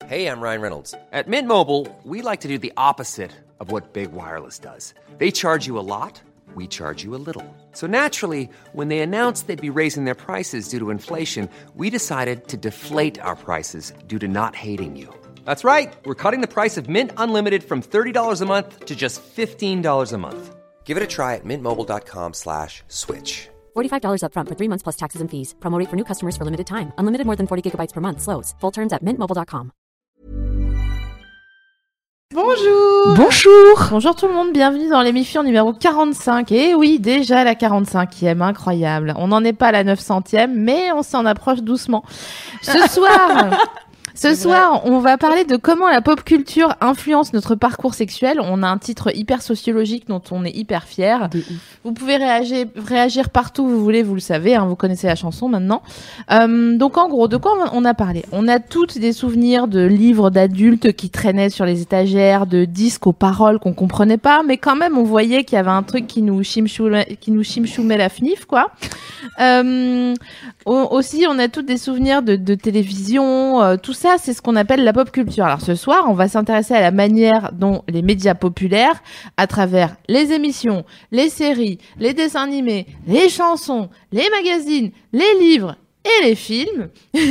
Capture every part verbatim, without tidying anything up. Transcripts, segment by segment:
Hey, I'm Ryan Reynolds. At Mint Mobile, we like to do the opposite of what Big Wireless does. They charge you a lot, we charge you a little. So naturally, when they announced they'd be raising their prices due to inflation, we decided to deflate our prices due to not hating you. That's right. We're cutting the price of Mint Unlimited from thirty dollars a month to just fifteen dollars a month. Give it a try at mintmobile.com slash switch. forty-five dollars up front for three months plus taxes and fees. Promo rate for new customers for limited time. Unlimited more than forty gigabytes per month. Slows full terms at mint mobile dot com. Bonjour. Bonjour. Bonjour tout le monde, bienvenue dans l'émission numéro quarante-cinq. Et oui, déjà la quarante-cinquième, incroyable. On n'en est pas à la neuf centième, mais on s'en approche doucement. Ce soir... Ce soir, on va parler de comment la pop culture influence notre parcours sexuel. On a un titre hyper sociologique dont on est hyper fier. Vous pouvez réagir, réagir partout où vous voulez, vous le savez, hein, vous connaissez la chanson maintenant. Euh, donc en gros, de quoi on a parlé ? On a toutes des souvenirs de livres d'adultes qui traînaient sur les étagères, de disques aux paroles qu'on comprenait pas, mais quand même on voyait qu'il y avait un truc qui nous chimchoumait, qui nous chimchoumait la fnif, quoi. Euh, aussi, on a toutes des souvenirs de, de télévision, euh, tout ça. Ça, c'est ce qu'on appelle la pop culture. Alors ce soir, on va s'intéresser à la manière dont les médias populaires, à travers les émissions, les séries, les dessins animés, les chansons, les magazines, les livres et les films,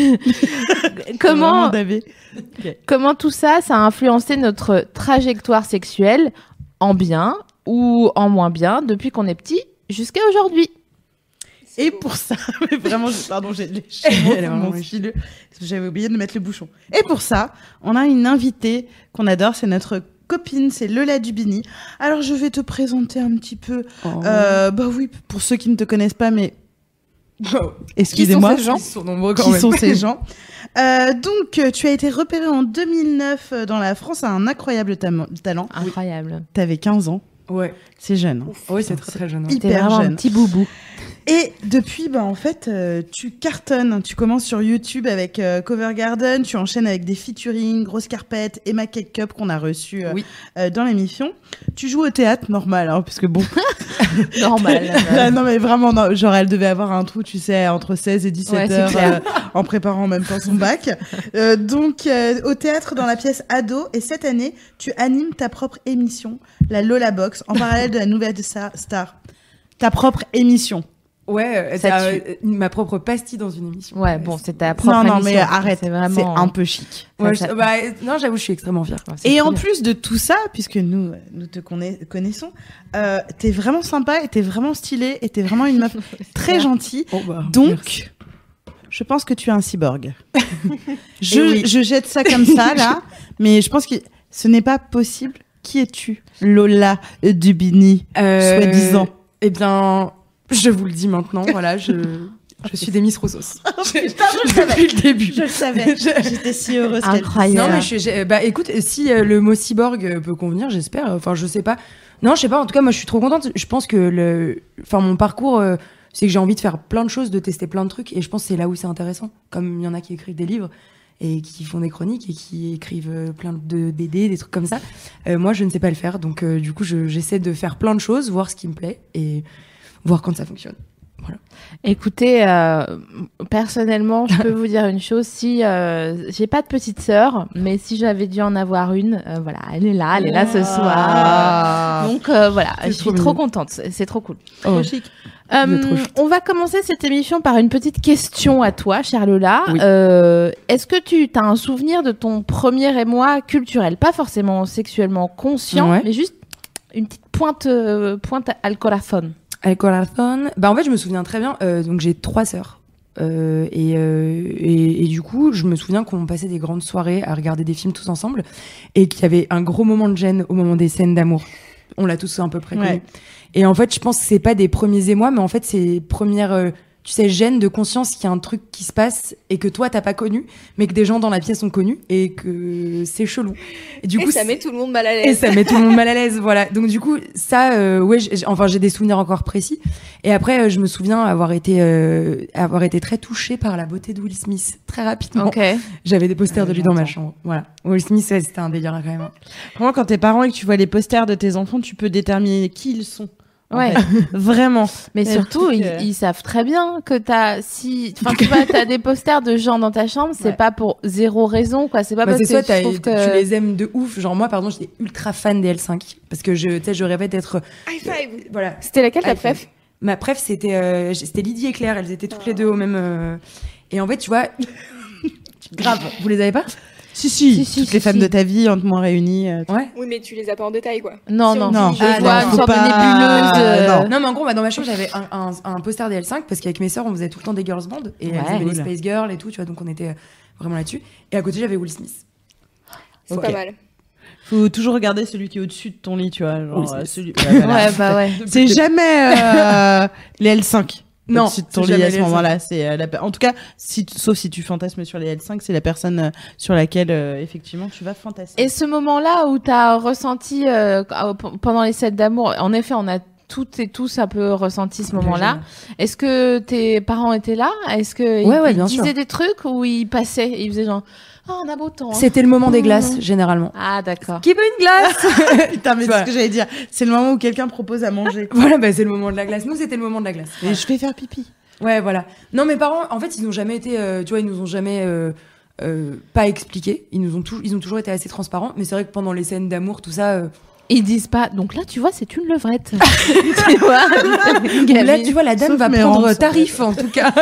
comment, okay. comment tout ça, ça a influencé notre trajectoire sexuelle en bien ou en moins bien depuis qu'on est petit jusqu'à aujourd'hui. Et pour ça, mais vraiment, je, pardon, j'ai léché mon fileux, j'avais oublié de mettre le bouchon. Et pour ça, on a une invitée qu'on adore, c'est notre copine, c'est Lola Dubini. Alors, je vais te présenter un petit peu. Oh. Euh, bah oui, pour ceux qui ne te connaissent pas, mais oh. excusez-moi, qui sont ces gens, qui sont, nombreux quand qui même. sont ces gens. Euh, donc, tu as été repérée en deux mille neuf dans la France, à un incroyable tam- talent. Incroyable. Tu avais quinze ans. Ouais. C'est jeune. Ouf, oui, c'est très très jeune. Hyper T'es vraiment jeune. Un petit boubou. Et depuis, bah, en fait, euh, tu cartonnes. Tu commences sur YouTube avec euh, Cover Garden, tu enchaînes avec des featuring, Grosse Carpette, Emma Cake Cup qu'on a reçu euh, oui. euh, dans l'émission. Tu joues au théâtre, normal, hein, parce que bon... normal. Là, non, mais vraiment, non, genre, elle devait avoir un trou, tu sais, entre seize et dix-sept ouais, heures, euh, en préparant en même temps son bac. Euh, donc, euh, au théâtre, dans la pièce Ado, et cette année, tu animes ta propre émission, la Lola Box, en parallèle de la Nouvelle Star. Ta propre émission. Ouais, c'est euh, ma propre pastille dans une émission. Ouais, bon, c'est ta propre non, émission. Non, non, mais arrête, c'est, vraiment... c'est un peu chic. Ouais, je, bah, non, j'avoue, je suis extrêmement fière. Ouais, et en bien. Plus de tout ça, puisque nous, nous te conna- connaissons, euh, t'es vraiment sympa, et t'es vraiment stylée, et t'es vraiment une meuf très gentille. Oh bah, donc, merci. Je pense que tu es un cyborg. je, oui. je jette ça comme ça, là, mais je pense que ce n'est pas possible. Qui es-tu, Lola Dubini, euh, soi-disant? Eh bien... Je vous le dis maintenant, voilà, je, je suis des Miss Rossos. Oh, putain, je le savais. Depuis le début. Je le savais. Je... J'étais si heureuse. Incroyable. Non, mais je, je, bah, écoute, si euh, le mot cyborg peut convenir, j'espère. Enfin, je sais pas. Non, je sais pas. En tout cas, moi, je suis trop contente. Je pense que le, enfin, mon parcours, euh, c'est que j'ai envie de faire plein de choses, de tester plein de trucs. Et je pense que c'est là où c'est intéressant. Comme il y en a qui écrivent des livres et qui font des chroniques et qui écrivent plein de B D, des trucs comme ça. Euh, moi, je ne sais pas le faire. Donc, euh, du coup, je, j'essaie de faire plein de choses, voir ce qui me plaît et voir quand ça fonctionne. Voilà. Écoutez, euh, personnellement, je peux vous dire une chose. Si euh, j'ai pas de petite sœur, mais si j'avais dû en avoir une, euh, voilà, elle est là, elle est là ce soir. Ah. Donc euh, voilà, c'est je suis trop contente. C'est, c'est trop cool. Oh. Trop chic. Euh, on va commencer cette émission par une petite question à toi, chère Lola. Oui. Euh, est-ce que tu as un souvenir de ton premier émoi culturel, pas forcément sexuellement conscient, ouais. mais juste une petite pointe, euh, pointe al corazón? Al corazón. Bah en fait, je me souviens très bien. Euh, donc j'ai trois sœurs. Euh, et, euh, et, et du coup, je me souviens qu'on passait des grandes soirées à regarder des films tous ensemble et qu'il y avait un gros moment de gêne au moment des scènes d'amour. On l'a tous un peu près connu. Ouais. Et en fait, je pense que c'est pas des premiers émois, mais en fait, c'est premières, euh, tu sais, gêne de conscience qu'il y a un truc qui se passe et que toi, t'as pas connu, mais que des gens dans la pièce ont connu et que c'est chelou. Et du coup, et ça met tout le monde mal à l'aise. Et ça met tout le monde mal à l'aise, voilà. Donc du coup, ça, euh, ouais, j'ai, enfin, j'ai des souvenirs encore précis. Et après, euh, je me souviens avoir été, euh, avoir été très touchée par la beauté de Will Smith très rapidement. Okay. J'avais des posters euh, de lui dans ma chambre. Voilà. Will Smith, ouais, c'était un délire quand même. Comment, quand t'es parent et que tu vois les posters de tes enfants, tu peux déterminer qui ils sont Ouais. En fait. Vraiment. Mais Et surtout, le truc, ils, euh, ils savent très bien que t'as, si, enfin, tu vois, t'as des posters de gens dans ta chambre, c'est Ouais. pas pour zéro raison, quoi. C'est pas Bah, parce c'est soit que t'as- tu trouves que... tu les aimes de ouf. Genre moi, pardon, j'étais ultra fan des L cinq parce que je, tu sais, je rêvais d'être. High five. Voilà. C'était laquelle ta Ah, préf? Ma préf, c'était euh, c'était Lydie et Claire. Elles étaient toutes les deux au même. euh, Et en fait, tu vois, grave. Vous les avez pas? Si, si, Si, si, toutes si, les femmes si. de ta vie, entre moi réunies. euh, Ouais. Oui, mais tu les as pas en détail, quoi. Non, Si non, on dit, non. je Ah, vois non, une faut sorte pas- de nébuleuse, euh, non. Non, mais en gros, bah, dans ma chambre, j'avais un, un, un poster des L cinq parce qu'avec mes sœurs, on faisait tout le temps des girls band et Ouais, elles avaient les cool. Space Girls et tout, tu vois, donc on était euh, vraiment là-dessus. Et à côté, j'avais Will Smith. C'est Ok. pas mal. Faut toujours regarder celui qui est au-dessus de ton lit, tu vois. Genre, Oui, c'est- euh, celui... ouais, voilà. Ouais, bah ouais. C'est jamais euh, les L cinq. Non, au-dessus de ton c'est lit jamais à les ce L cinq. moment-là. C'est euh, la... pe- En tout cas, si tu- sauf si tu fantasmes sur les L cinq, c'est la personne euh, sur laquelle euh, effectivement tu vas fantasmer. Et ce moment-là où t'as ressenti, euh, p- pendant les scènes d'amour, en effet, on a toutes et tous un peu ressenti ce moment-là. Est-ce que tes parents étaient là? Est-ce que ils, Ouais, ouais, ils bien disaient sûr. des trucs ou ils passaient et ils faisaient genre, oh, on a beau temps. hein. C'était le moment des glaces, généralement. Ah, d'accord. Qui veut une glace? Putain, mais c'est Voilà. ce que j'allais dire. C'est le moment où quelqu'un propose à manger. Voilà, bah, c'est le moment de la glace. Nous, c'était le moment de la glace. Et je vais faire pipi. Ouais, voilà. Non, mes parents, en fait, ils n'ont jamais été, euh, tu vois, ils nous ont jamais euh, euh, pas expliqué. Ils nous ont toujours, ils ont toujours été assez transparents. Mais c'est vrai que pendant les scènes d'amour, tout ça, euh, Ils disent pas, donc là, tu vois, c'est une levrette. Tu vois? Une là, gamine. tu vois, la dame Sauf va mes prendre hanches, en tarif, en tout cas.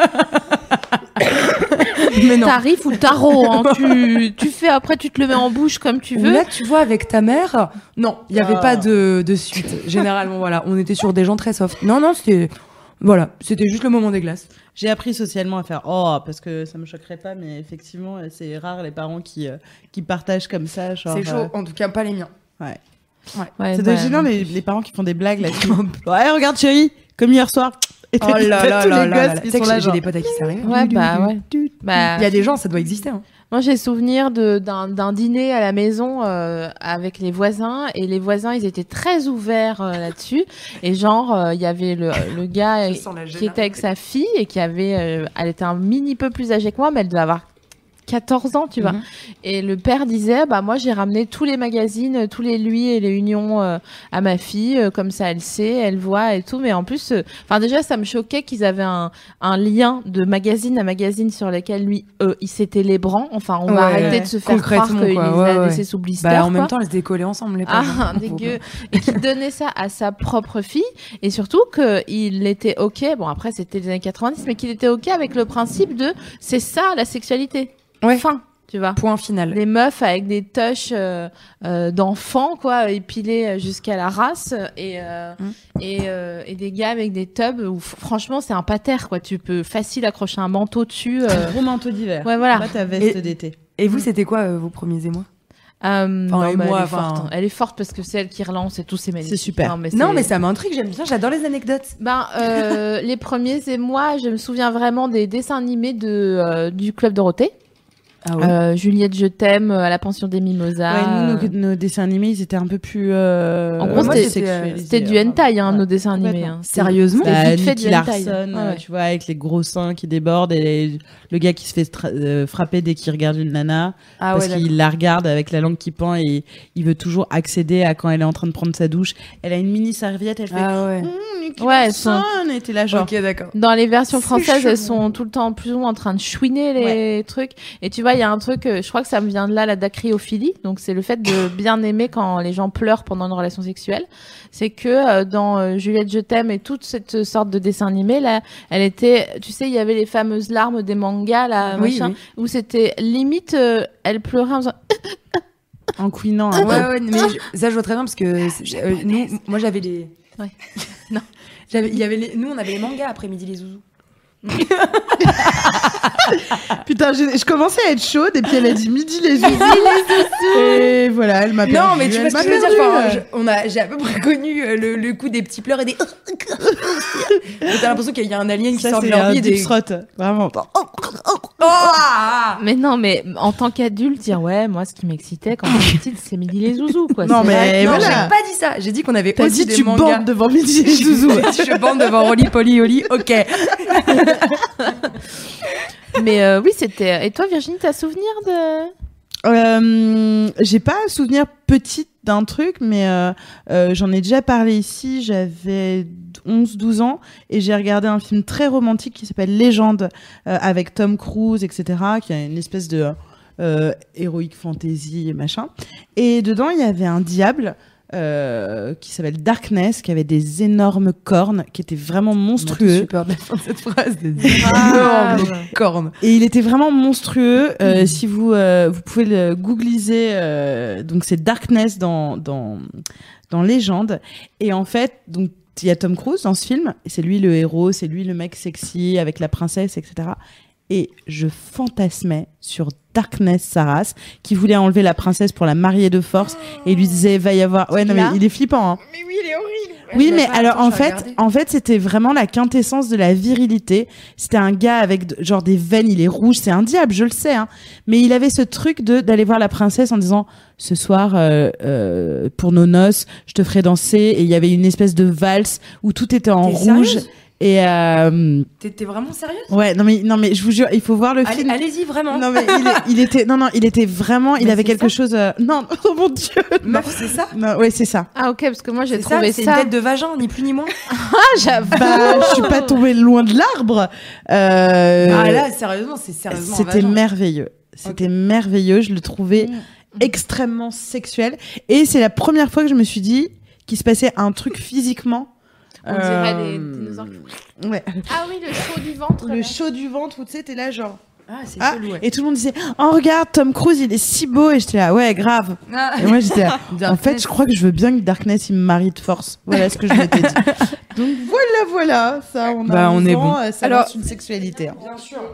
Mais non. Tarif ou tarot, hein. tu, tu fais après, tu te le mets en bouche comme tu Ou veux. là, tu vois, avec ta mère, non, il n'y avait Ah. pas de, de suite. Généralement, voilà, on était sur des gens très soft. Non, non, c'était, voilà, c'était juste le moment des glaces. J'ai appris socialement à faire oh parce que ça me choquerait pas, mais effectivement euh, c'est rare les parents qui euh, qui partagent comme ça. Genre, C'est chaud, euh, en tout cas, pas les miens. ouais. Ouais, Ça doit ouais, être gênant non les, plus. les parents qui font des blagues là-dessus. Ouais, regarde chérie, comme hier soir. Et Oh t'as- là t'as là tous là les là gosses là. qui Tu sais sont que là, j'ai genre. des potes à qui ça arrive. Ouais, bah ouais. Bah, Il y a des gens, ça doit exister. Hein. moi, j'ai souvenir de, d'un, d'un dîner à la maison euh, avec les voisins. Et les voisins, ils étaient très ouverts euh, là-dessus. Et genre, euh, il y avait le, le gars Je euh, sens la gêne qui était avec sa fille et qui avait... euh, elle était un mini peu plus âgée que moi, mais elle devait avoir quatorze ans, tu vois. Mhm. Et le père disait, bah moi j'ai ramené tous les magazines, tous les lui et les unions euh, à ma fille, euh, comme ça elle sait, elle voit et tout. Mais en plus, enfin déjà ça me choquait qu'ils avaient un, un lien de magazine à magazine sur lequel lui, eux, il s'était les brans. Enfin, on va Ouais, arrêter ouais. de se faire croire Concrètement, qu'il quoi. les Ouais, a ouais. laissés sous blister. Bah, en quoi. même temps, elles se décollaient ensemble, les parents. Ah, dégueu. Et qui donnait ça à sa propre fille. Et surtout qu'il était OK. Bon, après, c'était les années quatre-vingt-dix, mais qu'il était OK avec le principe de c'est ça la sexualité. Ouais. Fin, tu vois. Point final. Des meufs avec des touches euh, euh, d'enfants, quoi, épilées jusqu'à la race. Et, euh, Mm. et, euh, et des gars avec des tubs où, f- franchement, c'est un pater, quoi. Tu peux facile accrocher un manteau dessus. euh. Gros manteau d'hiver. Ouais, voilà. Pas ta veste Et- d'été. Et vous, c'était quoi euh, vos premiers émois? Euh, non, Enfin, et mais moi, elle est enfin- forte. hein. Elle est forte parce que c'est elle qui relance et tout, c'est magnifique. C'est super. Non, mais, Non, c'est- mais ça m'intrigue, j'aime bien, j'adore les anecdotes. Ben, euh, les premiers émois, je me souviens vraiment des dessins animés de, euh, du Club Dorothée. Ah Euh, Juliette, je t'aime, à la pension des Mimosas. Ouais, nous, nos, nos dessins animés, ils étaient un peu plus. Euh, En gros, moi, c'était- c'était- C'était du hentai, hein, Ouais. nos dessins animés. Complètement. Hein. Sérieusement? C'était Bah, vite fait Nicky du hentai. Larson, Ouais, euh, ouais. tu vois, avec les gros seins qui débordent et le gars qui se fait stra- euh, frapper dès qu'il regarde une nana Ah parce ouais, d'accord. qu'il la regarde avec la langue qui pend et il veut toujours accéder à quand elle est en train de prendre sa douche. Elle a une mini serviette, elle fait Ah ouais. Mmh, Nicky Ouais, elles Larson et t'es là genre. Ok, d'accord. Dans les versions C'est françaises, elles chelou. sont tout le temps plus ou moins en train de chouiner les trucs. Et tu vois, il y a un truc, euh, je crois que ça me vient de là, la dacryophilie. Donc, c'est le fait de bien aimer quand les gens pleurent pendant une relation sexuelle. C'est que euh, dans euh, Juliette, je t'aime et toute cette sorte de dessin animé, là, elle était, tu sais, il y avait les fameuses larmes des mangas, là, Oui, machin, oui. où c'était limite, euh, elle pleurait en faisant, En couinant. Ouais, ouais, mais je- ça je vois très bien parce que c'est- euh, nous, moi j'avais les. Ouais. Non. J'avais, il y avait les, nous on avait les mangas après-midi les zouzous. Putain, je, je commençais à être chaude et puis elle a dit midi les zouzous. Et voilà, elle m'a perdu. Non, mais tu elle vois ce m'a que je veux dire. perdu. Enfin, je- on a, j'ai à peu près connu euh, le, le coup des petits pleurs et des. T'as l'impression qu'il y a un alien qui Ça, sort de c'est leur un vie. deep Des... throat. Vraiment. Oh, ah, mais non, mais en tant qu'adulte, dire, ouais, moi, ce qui m'excitait quand j'étais petite, c'est Midi les zouzous, quoi. Non, C'est mais- vrai. Et non, voilà. j'ai pas dit ça. J'ai dit qu'on avait T'as aussi dit des tu mangas. bandes devant midi les zouzous. Je bande devant Rolly Polly Oli. Ok. Mais euh, oui, c'était. Et toi, Virginie, t'as souvenir de. euh, J'ai pas un souvenir petite d'un truc, mais euh, euh, j'en ai déjà parlé ici. J'avais onze douze ans et j'ai regardé un film très romantique qui s'appelle Légende euh, avec Tom Cruise, et cetera, qui a une espèce de euh, héroïque fantasy et machin. Et dedans, il y avait un diable euh, qui s'appelle Darkness, qui avait des énormes cornes, qui étaient vraiment monstrueux. Super de cette phrase, des énormes cornes. Et il était vraiment monstrueux. Euh, mmh. Si vous euh, vous pouvez le googliser, euh, donc c'est Darkness dans dans dans Légende. Et en fait, donc il y a Tom Cruise dans ce film. Et c'est lui le héros, c'est lui le mec sexy avec la princesse, et cetera. Et je fantasmais sur Darkness Saras, qui voulait enlever la princesse pour la marier de force, et il lui disait va y avoir. Ouais, non mais il est flippant. Hein. Mais oui, il est horrible. Oui, mais alors en fait, en fait, c'était vraiment la quintessence de la virilité. C'était un gars avec genre des veines, il est rouge, c'est un diable, je le sais, hein. Mais il avait ce truc de d'aller voir la princesse en disant ce soir euh, euh, pour nos noces, je te ferai danser, et il y avait une espèce de valse où tout était en T'es rouge. Sérieuse Et euh... t'es vraiment sérieuse? Ouais, non mais non mais je vous jure, il faut voir le Allez, film. Allez-y vraiment. Non mais il, est, il était non non, il était vraiment, il mais avait quelque ça chose. Euh... Non, oh mon dieu. Meuf, c'est ça? Non, ouais, c'est ça. Ah ok, parce que moi j'ai C'est trouvé ça. ça. C'est une tête de vagin, ni plus ni moins. Ah j'avoue. Bah, je suis pas tombée loin de l'arbre. Euh... Ah là, sérieusement, c'est sérieusement. C'était vagin. merveilleux. C'était okay. merveilleux. Je le trouvais mmh. extrêmement sexuel. Et c'est la première fois que je me suis dit qu'il se passait un truc physiquement. On dirait euh... des dinosaures. Ouais. Ah oui, le chaud du ventre. Le là. chaud du ventre où tu sais, t'es là genre. Ah, c'est ah, chelou, ouais. Et tout le monde disait oh regarde Tom Cruise il est si beau, et j'étais là ouais grave. Ah. Et moi j'étais là en fait je crois que je veux bien que Darkness il me marie de force. Voilà ce que je m'étais dit. Donc voilà voilà ça on a bah, on est bon. Ça Alors une sexualité. Hein. Bien sûr.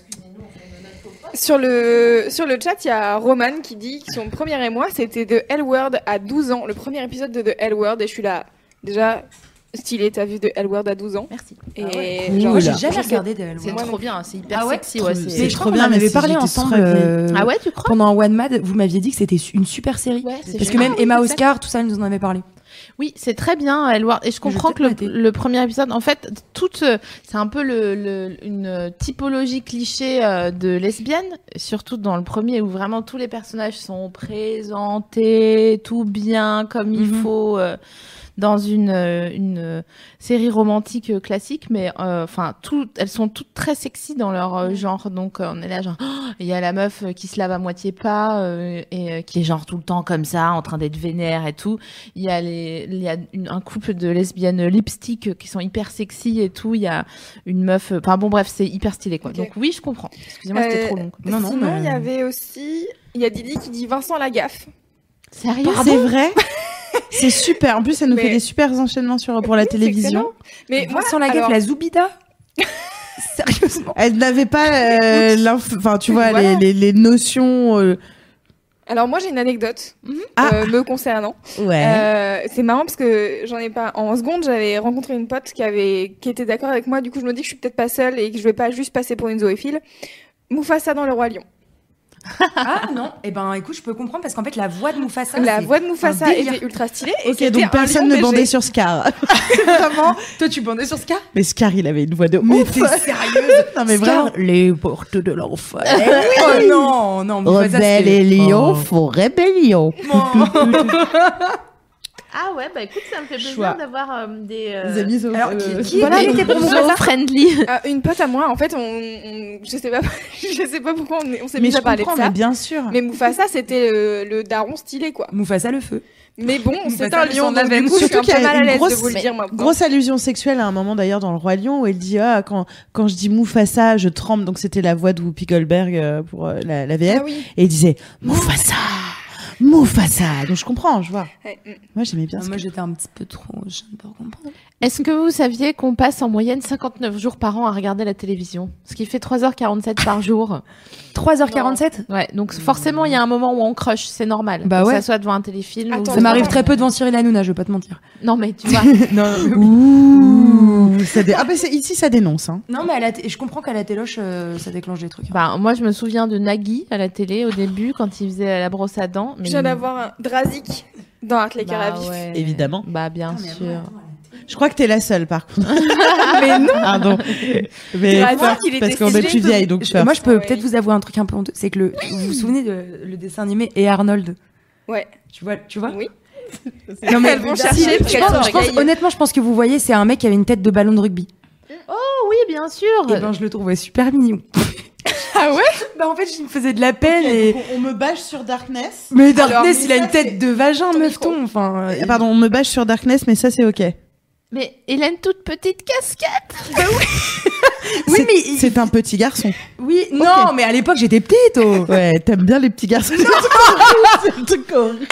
Sur le, sur le chat, il y a Roman qui dit que son premier émoi, c'était de L Word à douze ans. Le premier épisode de The L Word, et je suis là, déjà, stylé, t'as vu de L Word à douze ans. Merci. Et ah ouais. genre, moi, j'ai jamais regardé de L Word. C'est trop bien, c'est hyper ah ouais sexy. Ouais, c'est c'est trop bien, on avait parlé ensemble. Euh, ah ouais, tu crois? Pendant One Mad, vous m'aviez dit que c'était une super série. Ouais, parce que même ah, Emma oui, Oscar, tout ça, elle nous en avait parlé. Oui, c'est très bien, Elward. Et je comprends je que le, le premier épisode, en fait, toute, c'est un peu le, le, une typologie cliché euh, de lesbienne, surtout dans le premier où vraiment tous les personnages sont présentés tout bien comme mm-hmm. il faut. Euh, dans une une série romantique classique, mais enfin euh, tout, elles sont toutes très sexy dans leur euh, genre, donc euh, on est là genre il oh, y a la meuf qui se lave à moitié pas euh, et euh, qui est genre tout le temps comme ça en train d'être vénère et tout. Il y a les il y a une, un couple de lesbiennes lipstick qui sont hyper sexy et tout. Il y a une meuf, enfin bon bref c'est hyper stylé quoi. Okay. Donc oui je comprends. Excusez-moi euh, c'était trop long. Non non. Sinon il mais... y avait aussi il y a Didi qui dit Vincent Lagaffe. Sérieux? C'est vrai? C'est super. En plus, ça nous mais... fait des super enchaînements sur, pour la oui, télévision. Mais moi, sans la gaffe, alors... la Zoubida. Sérieusement. Elle n'avait pas, euh, enfin, tu vois, voilà. les, les, les notions. Euh... Alors moi, j'ai une anecdote mm-hmm. ah. euh, me concernant. Ouais. Euh, c'est marrant parce que j'en ai pas. En seconde, j'avais rencontré une pote qui avait, qui était d'accord avec moi. Du coup, je me dis que je suis peut-être pas seule et que je vais pas juste passer pour une zoophile. Mufasa dans Le Roi Lion. Ah non, et eh ben écoute, je peux comprendre parce qu'en fait la voix de Mufasa, la voix de Mufasa était ultra stylée. Et ok, donc personne ne bandait sur Scar. Vraiment? Toi, tu bandais sur Scar? Mais Scar, il avait une voix de mais ouf. Mais t'es sérieuse? Non mais Scar, vraiment. Les portes de l'enfer. Oh non, non. Mufasa, Rebelle et lion, oh. Faut rébellion. Ah ouais, bah écoute, ça me fait plaisir Choix. D'avoir euh, des, euh... des amis Alors, euh, qui, qui voilà, était pour Mufasa friendly. euh, Une pote à moi, en fait, on, on je sais pas, je sais pas pourquoi on, on s'est mis à parler de ça. Mais bien sûr. Mais Mufasa, c'était le, le daron stylé, quoi. Mufasa le feu. Mais bon, c'est un lion, donc du coup, je suis un peu mal à l'aise de vous le dire maintenant. Grosse allusion sexuelle à un moment d'ailleurs dans Le Roi Lion où elle dit ah quand quand je dis Mufasa, je tremble. Donc c'était la voix de Whoopi Goldberg pour euh, la, la V F. Ah oui. Et il disait Mufasa. Mufasa, donc je comprends, je vois. Ouais. Moi j'aimais bien. Ah, moi j'étais un petit peu trop, je ne peux pas comprendre. Est-ce que vous saviez qu'on passe en moyenne cinquante-neuf jours par an à regarder la télévision, ce qui fait trois heures quarante-sept par jour? trois heures quarante-sept? Ouais, donc forcément il y a un moment où on crush, c'est normal. Bah ouais. Que ça soit devant un téléfilm. Attends, ou... Ça m'arrive très peu devant Cyril Hanouna, je vais pas te mentir. Non mais tu vois. non. Ouh, ça dé... Ah bah c'est ici ça dénonce. Hein. Non mais à la t... je comprends qu'à la téloche euh, ça déclenche des trucs. Hein. Bah moi je me souviens de Nagui à la télé au début quand il faisait la brosse à dents. Mais je viens d'avoir un Drazik dans Art les bah Carabis. Ouais. Évidemment. Bah bien non, sûr. Attends, Je crois que t'es la seule, par contre. Mais non. Pardon. Mais Tu vas Furf, dire qu'il était parce qu'on est stylé. plus vieille, donc Je- Furf. moi, je peux Ouais. peut-être vous avouer un truc un peu honteux. C'est que le, vous vous souvenez de le dessin animé et Arnold. Ouais. Tu vois, tu vois. Oui. Non mais Elles vont si, chercher je parce qu'elles pense- sont je pense- vieilles. honnêtement, je pense que vous voyez, c'est un mec qui avait une tête de ballon de rugby. Oh oui, bien sûr. Et ben, je le trouvais super mignon. Ah ouais. Bah en fait, il me faisait de la peine et. On me bâche sur Darkness. Mais Darkness, mais il a ça, une tête c'est de vagin, ton meuf micro. ton. Enfin. euh, Euh, Pardon, on me bâche sur Darkness, mais ça, c'est ok. Mais il a une toute petite casquette. Oui, C'est- mais il- C'est un petit garçon. Oui, non, mais à l'époque, j'étais petite. Oh. Ouais, t'aimes bien les petits garçons. C'est un truc horrible.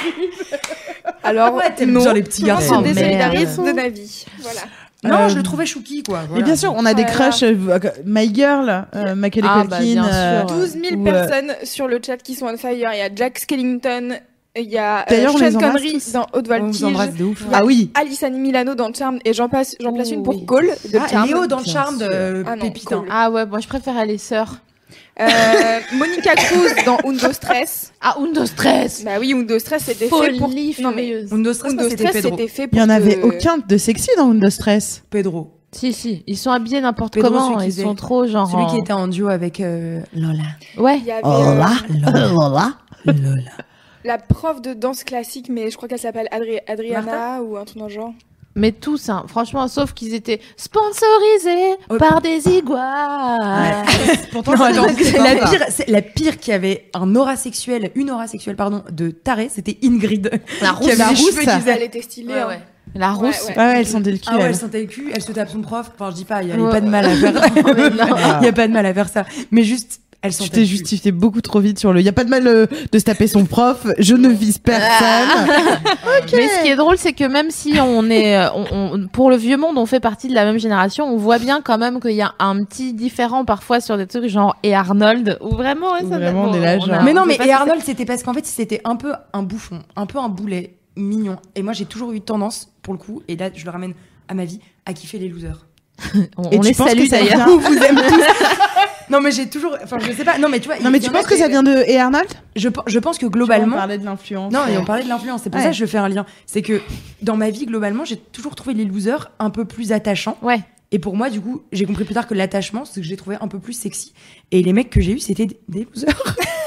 Alors, Ouais, t'aimes non. bien les petits On garçons. se merde. désolidarise de Navi. Voilà. Non, Euh, je le trouvais chouki, quoi. Et voilà. bien sûr, on a des Voilà. crushs. euh, My Girl, euh, Macaulay Ah, bah, Culkin. bien euh, sûr. douze mille ou, euh, personnes sur le chat qui sont on fire. Il y a Jack Skellington, il y a euh, D'ailleurs, on les Sean embrasse Connery tous. dans Haute On vous Voltige, embrasse de ouf. Ah oui. Alison Milano dans Charmed, et j'en passe, j'en place Oh, une pour oui. Cole de Ah, Charmed. Léo dans le Bien charme sûr. de Ah non, Pépitin. cool. Ah ouais, moi je préfère les sœurs. Euh, Monica Cruz dans Undo Stress. Ah, Undo Stress. Bah oui, Undo Stress c'était fait Folie pour. Non mais furieuse. Undo Stress, Undo c'était Stress Pedro. c'était fait Il pour. y en avait que- aucun de sexy dans Undo Stress. Pedro. Si, si, ils sont habillés n'importe Pedro, comment, celui qui ils faisait- sont trop genre. Celui qui en- était en duo avec euh, Lola. Ouais. Il y avait Oh euh, là, Lola. Lola. la prof de danse classique, mais je crois qu'elle s'appelle Adri- Adriana ou un truc dans le genre. Mais tous, hein, franchement, sauf qu'ils étaient sponsorisés Oh. par des iguales. Pourtant, Non, c'est attends, c'est la sympa. pire, c'est la pire qui avait un aura sexuel, une aura sexuelle, pardon, de taré, c'était Ingrid. La Qui avait la les rousse, cheveux ça. qui faisaient- Elle était stylée. Ouais, hein. ouais. La rousse. Ouais, Ouais, ouais, elle sentait le cul. Ah ouais, elle. elle sentait le cul, elle se tape son prof. Enfin, je dis pas, il y avait Ouais. pas de mal à faire. Il y a pas de mal à faire ça. Mais juste, elle Tu sentait t'es le cul. justifié beaucoup trop vite sur le. Il y a pas de mal euh, de se taper son prof. Je ne vise personne. Mais ce qui est drôle, c'est que même si on est, euh, on, on- pour le vieux monde, on fait partie de la même génération, on voit bien quand même qu'il y a un petit différent parfois sur des trucs genre et Arnold, ou vraiment, ouais, Où ça vraiment, on est là, genre- a- Mais non, on mais sait pas et si Arnold, c'était parce qu'en fait, c'était un peu un bouffon, un peu un boulet mignon. Et moi, j'ai toujours eu tendance, pour le coup, et là, je le ramène à ma vie, à kiffer les losers. c'est- On, Et on tu les penses salue que ça d'ailleurs. vient- On vous aime tous. Non, mais j'ai toujours, enfin, je sais pas. Non, mais tu vois. Non, mais il y tu en a penses que qui- ça vient de Et Arnold? Je, pe- je pense que On globalement. parlait de l'influence. Non, et on parlait de l'influence. C'est pour Ouais. ça que je fais un lien. C'est que dans ma vie, globalement, j'ai toujours trouvé les losers un peu plus attachants. Ouais. Et pour moi, du coup, j'ai compris plus tard que l'attachement, c'est que j'ai trouvé un peu plus sexy. Et les mecs que j'ai eus, c'était des- des losers.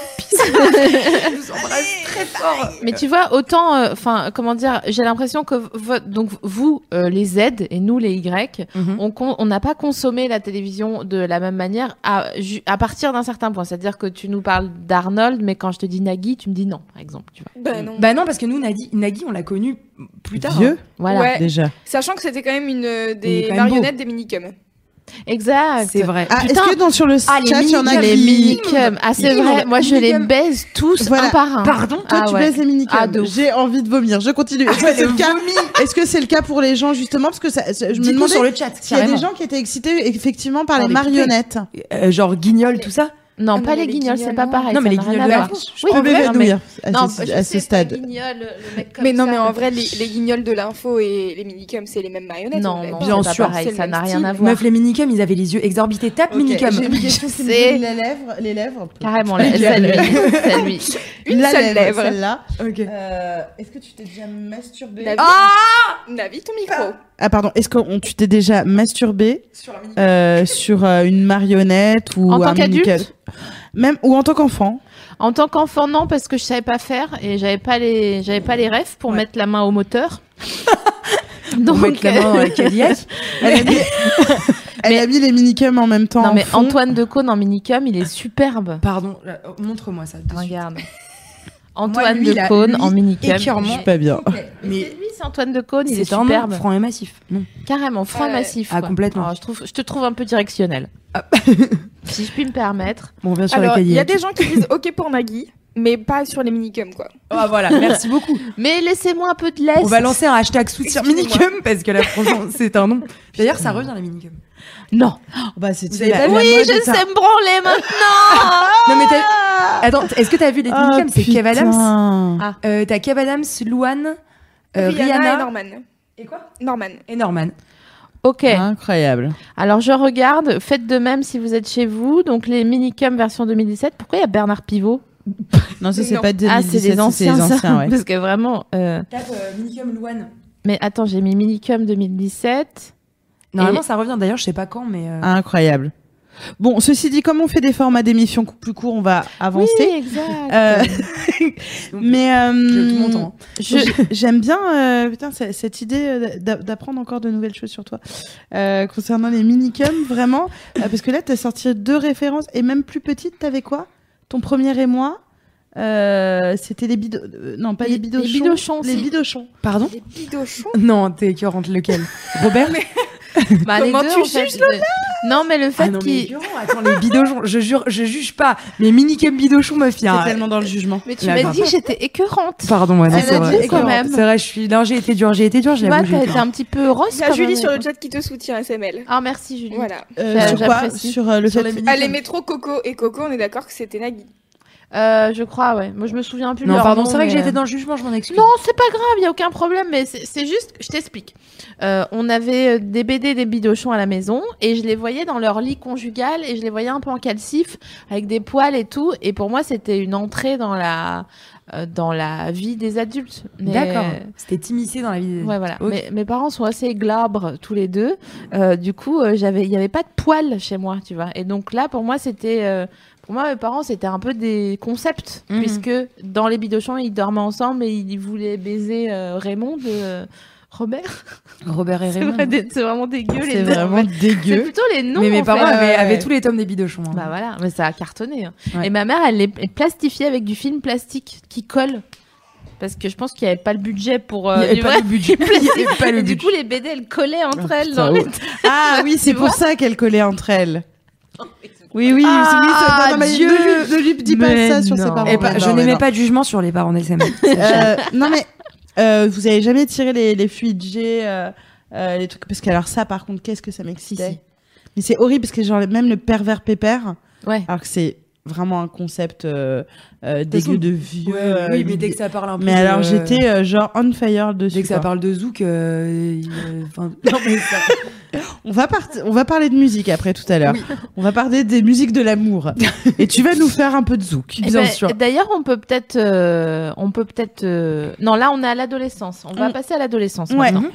Je vous embrasse très fort. Mais tu vois, autant, enfin, comment dire, j'ai l'impression que vo- donc vous, euh, les Z et nous les Y, Mhm. on con- on n'a pas consommé la télévision de la même manière à, ju- à partir d'un certain point. C'est-à-dire que tu nous parles d'Arnold, mais quand je te dis Nagui, tu me dis non, par exemple. Tu vois. Bah non. Bah non, parce que nous, Nagui, Nagui on l'a connu plus tard. Vieux, hein. Voilà. Ouais. déjà. Sachant que c'était quand même une euh, Il est des quand même marionnettes des minicums. Exact. C'est vrai. Ah, est-ce Putain. que dans, sur le Ah, les chat, il y en a Les qui... minicums. Ah, c'est Ils vrai. ont- Moi, je les minicums. baise tous Voilà. un par un. Pardon Toi, Ah tu ouais. baises les minicums. Ah, de ouf. J'ai envie de vomir. Je continue. Est-ce que c'est le cas Est-ce que c'est le cas pour les gens justement parce que ça, ça- je me Dites-nous demandais sur le chat. s'il y a carrément. des gens qui étaient excités effectivement par Par les les poupées. marionnettes. Euh, genre guignol, tout ça. Non, Ah pas non, les les guignols, c'est guignols, pas non. pareil. Non, mais ça les n'a rien guignols à de la voir. France, je Oui, Je peux mais non, mais- m'évanouir à Non, ce, je à sais, ce stade. pas guignol, le mec comme Mais non, ça. mais en vrai, les, les guignols de l'info et les minicums, c'est les mêmes marionnettes. Non, en fait. non, Bien c'est pas sûr. pareil, C'est le ça même n'a rien style. à voir. Meuf, les minicums, ils avaient les yeux exorbités. Tape Ok, minicum. j'ai une question, c'est C'est- les lèvres, les lèvres. Carrément, Les c'est lui. lèvres. C'est lui. Une La seule lèvre, lèvre. celle-là. Ok. Euh, Est-ce que tu t'es déjà masturbé Navi, Ah Navi, ton micro. Ah pardon, est-ce que on- tu t'es déjà masturbé Sur la mini- euh, sur euh, une marionnette ou En tant un qu'adulte minicum Même ou en tant qu'enfant? En tant qu'enfant, non, parce que je savais pas faire et j'avais pas les, j'avais pas les refs pour Ouais. mettre la main au moteur. Pour Donc, mettre la main dans la Cadillac. Elle a mis, elle a mis les minicums en même temps. non en mais fond. Antoine Decaune en minicum, il est superbe. Pardon, là, oh, montre-moi ça. de suite. Regarde. Antoine lui, là, Decaune lui, en minicum. écœurement. Je suis pas bien. Mais Mais c'est lui, c'est Antoine Decaune, il est c'est un superbe. nom franc et massif. Non. Carrément, franc Ouais. massif. Ah, quoi. complètement. Alors, je trouve, je te trouve un peu directionnel. Si je puis me permettre. Bon, on vient sur Alors, la il y a Cadillac. des gens qui disent OK pour Nagui, mais pas sur les minicums, quoi. Ah voilà, merci beaucoup. Mais laissez-moi un peu de laisse. On va lancer un hashtag soutien Excusez-moi. minicum parce que là, franchement, c'est un nom. D'ailleurs, ça revient les minicums. Non. Bah, c'est Vous avez pas vu Oui, la mode, je ça. sais me branler maintenant. Non mais t'as... Attends, est-ce que t'as vu les Ah, minicums? C'est Kev Adams. Ah. Euh, t'as Kev Adams, Louane, euh, Rihanna, et Rihanna Norman. et quoi Norman. et Norman. Ok. Incroyable. Alors je regarde. Faites de même si vous êtes chez vous. Donc les minicums version deux mille dix-sept. Pourquoi il y a Bernard Pivot? Non, ça c'est Non. pas deux mille Ah, dix-sept, c'est des anciens, c'est les ça. anciens, ouais. Parce que vraiment. euh, Tape euh, minicum Louane. Mais attends, j'ai mis Minicum deux mille dix-sept. Normalement, Et- ça revient. D'ailleurs, je sais pas quand, mais. euh, Incroyable. Bon, ceci dit, comme on fait des formats d'émissions plus courts, on va avancer. Oui, exact. Euh, mais euh, J'ai tout mon temps. Je... j'aime bien euh, putain, c- cette idée euh, d'a- d'apprendre encore de nouvelles choses sur toi euh, concernant les minicums, vraiment. Euh, parce que là, tu as sorti deux références et même plus petite, t'avais quoi? Ton premier émoi euh, c'était les bido... euh, non, pas les, Les- bidochons. les bidochons, Les si. bidochons. Pardon? Des bidochons. Non, t'es écœurante. Lequel? Robert? Bah, les Comment deux, tu en fait, juges, le- Non, mais le fait Ah non, mais qu'il... écœurant. Attends, les bidochons. Je jure, je juge pas. Mais minicum bidochon, meuf, C'est hein. tellement dans le jugement. Mais tu La m'as grave. dit que j'étais écœurante. Pardon, ouais, non, Elle c'est a vrai. dit quand même. C'est vrai, je suis. Non, j'ai été dure, j'ai été dure, Tu j'ai vois, avoué, j'ai t'as été été un petit peu rose. Il y a quand Julie même. sur le chat qui te soutient, S M L. Ah, merci Julie. Voilà. Euh, Ça, sur quoi? j'apprécie. Sur euh, le Sur fait les que- Elle aimait trop Coco et Coco, on est d'accord que c'était Nagui. Euh, je crois, ouais. Moi, je me souviens plus de Non, leur pardon, nom, c'est vrai que mais, j'ai été euh, dans le jugement, je m'en excuse. Non, c'est pas grave, il y a aucun problème, mais c'est c'est juste, je t'explique. Euh, on avait des B D des bidochons à la maison et je les voyais dans leur lit conjugal et je les voyais un peu en calcif avec des poils et tout. Et pour moi, c'était une entrée dans la euh, dans la vie des adultes. Mais- D'accord. C'était t'immiscer dans la vie. des- Ouais, voilà. Ok. Mais, mes parents sont assez glabres tous les deux. Euh, du coup, euh, j'avais, il y avait pas de poils chez moi, tu vois. Et donc là, pour moi, c'était, euh, pour moi, mes parents, c'était un peu des concepts, Mhm. puisque dans les bidochons, ils dormaient ensemble et ils voulaient baiser euh, Raymond de Robert. Robert et C'est, Raymond. vrai, des- c'est vraiment dégueu les C'est deux. vraiment en fait. C'est dégueu. plutôt les noms. Mais mes en parents fait. avaient, Ouais, avaient ouais. tous les tomes des bidochons. hein. Bah voilà, mais ça a cartonné. hein. Ouais. Et ma mère, elle les elle plastifiait avec du film plastique qui colle. Parce que je pense qu'il n'y avait pas le budget pour. euh, Il n'y avait du pas vrai le budget. Il y avait pas Et le du budget. coup, les B D, elles collaient entre Ah, elles. putain, Dans les... oh. Ah oui, c'est Tu pour vois ça qu'elles collaient entre elles. Oui, oui, Ah, oui, ça- non, non, mais Dieu. ne lui- ne lui dis pas Mais ça sur ses non. parents. Et pas- Mais je non, mais n'émets non. pas de jugement sur les parents d'S M. Euh, non mais euh, vous avez jamais tiré les, les fluides G, euh, euh, les trucs parce que alors ça par contre qu'est-ce que ça m'excitait. Si, si. Mais c'est horrible parce que genre même le pervers pépère, Ouais. alors que c'est vraiment un concept euh, euh, façon, dégueu de vieux. Ouais, euh, oui, mais l'idée- dès que ça parle un peu. Mais de- alors j'étais euh, genre on fire dessus. Dès que ça quoi. parle de Zouk, euh, il- euh, enfin, non, mais ça- On va part- on va parler de musique après tout à l'heure. On va parler des musiques de l'amour et tu vas nous faire un peu de zouk. Eh bien ben, sûr. D'ailleurs, on peut peut-être, euh, on peut peut-être. euh, Non, là, on est à l'adolescence. On va Mm. passer à l'adolescence Ouais. maintenant.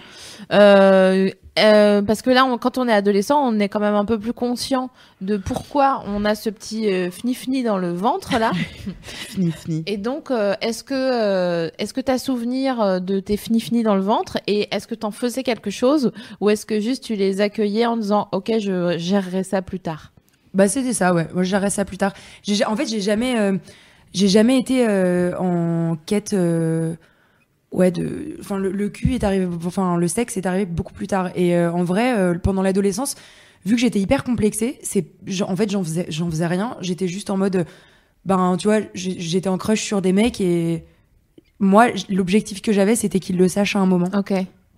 Euh, euh, parce que là, on- quand on est adolescent, on est quand même un peu plus conscient de pourquoi on a ce petit euh, fni-fni dans le ventre là. Fini, fini. Et donc, euh, est-ce que, euh, est-ce que tu as souvenir euh, de tes fni-fni dans le ventre et est-ce que tu en faisais quelque chose ou est-ce que juste tu les accueillais en disant ok, je gérerai ça plus tard. Bah c'était ça, ouais. Moi, je gérerai ça plus tard. J'ai, en fait, j'ai jamais, euh, j'ai jamais été euh, en quête. euh, Ouais, de, enfin le, le cul est arrivé, enfin le sexe est arrivé beaucoup plus tard. Et euh, en vrai, euh, pendant l'adolescence, vu que j'étais hyper complexée, c'est, j'en- en fait, j'en faisais, j'en faisais rien. J'étais juste en mode, euh, ben tu vois, j'ai- j'étais en crush sur des mecs et moi, j- l'objectif que j'avais, c'était qu'ils le sachent à un moment. Ok.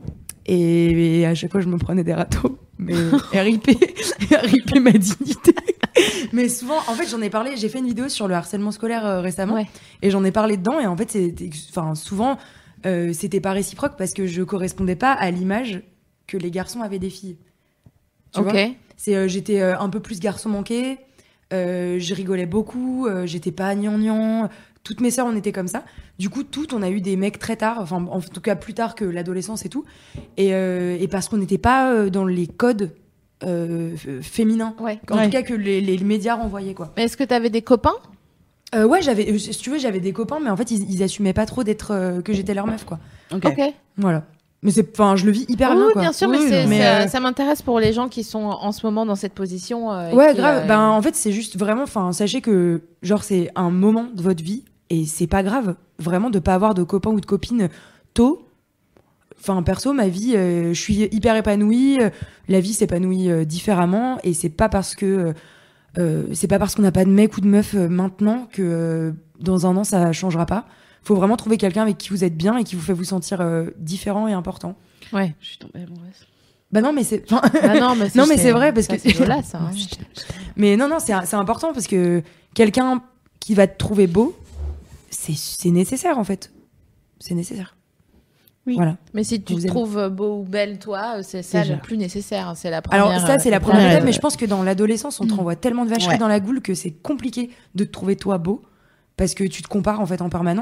Et, et à chaque fois, je me prenais des râteaux. Mais R I P, R I P ma dignité. Mais souvent, en fait, j'en ai parlé. J'ai fait une vidéo sur le harcèlement scolaire euh, récemment, Ouais. et j'en ai parlé dedans. Et en fait, c'était, enfin, souvent, euh, c'était pas réciproque parce que je correspondais pas à l'image que les garçons avaient des filles. Tu Ok. vois C'est, euh, j'étais euh, un peu plus garçon manqué. Euh, je rigolais beaucoup. Euh, j'étais pas gnangnan. Toutes mes sœurs, on était comme ça. Du coup, toutes, on a eu des mecs très tard. Enfin, en tout cas, plus tard que l'adolescence et tout. Et, euh, et parce qu'on n'était pas euh, dans les codes euh, f- féminins. Ouais. En Ouais. tout cas, que les, les médias renvoyaient, quoi. Mais est-ce que tu avais des copains? Euh, ouais, j'avais, euh, si tu veux, j'avais des copains, mais en fait, ils, ils assumaient pas trop d'être euh, que j'étais leur meuf, quoi. Ok. Ok. Voilà. Mais c'est, enfin, je le vis hyper oui, bien, oui, quoi. bien sûr, Oui, mais, c'est- non, mais, ça, euh, ça m'intéresse pour les gens qui sont en ce moment dans cette position. euh, et Ouais, qui, grave. euh, Ben, en fait, c'est juste vraiment, enfin, sachez que, genre, c'est un moment de votre vie et c'est pas grave, vraiment, de pas avoir de copain ou de copine tôt. Enfin, perso, ma vie, euh, je suis hyper épanouie. euh, La vie s'épanouit euh, différemment et c'est pas parce que euh, euh, c'est pas parce qu'on n'a pas de mec ou de meuf euh, maintenant que euh, dans un an ça changera pas. Faut vraiment trouver quelqu'un avec qui vous êtes bien et qui vous fait vous sentir euh, différent et important. Ouais. Je suis tombée amoureuse. Bah non, mais c'est. enfin, Bah non, mais Non, mais c'est vrai, parce ça, que- c'est Lola, ça. hein. Mais non, non, c'est c'est important parce que quelqu'un qui va te trouver beau, c'est c'est nécessaire en fait. C'est nécessaire. Oui. Voilà. Mais si tu Vous te aimez. trouves beau ou belle, toi, euh, c'est ça Déjà. le plus nécessaire. hein, C'est la première. Alors ça, c'est la euh, première Ouais. étape, mais je pense que dans l'adolescence, on te renvoie tellement de vacheries Ouais. dans la goule que c'est compliqué de te trouver toi beau parce que tu te compares en fait en permanence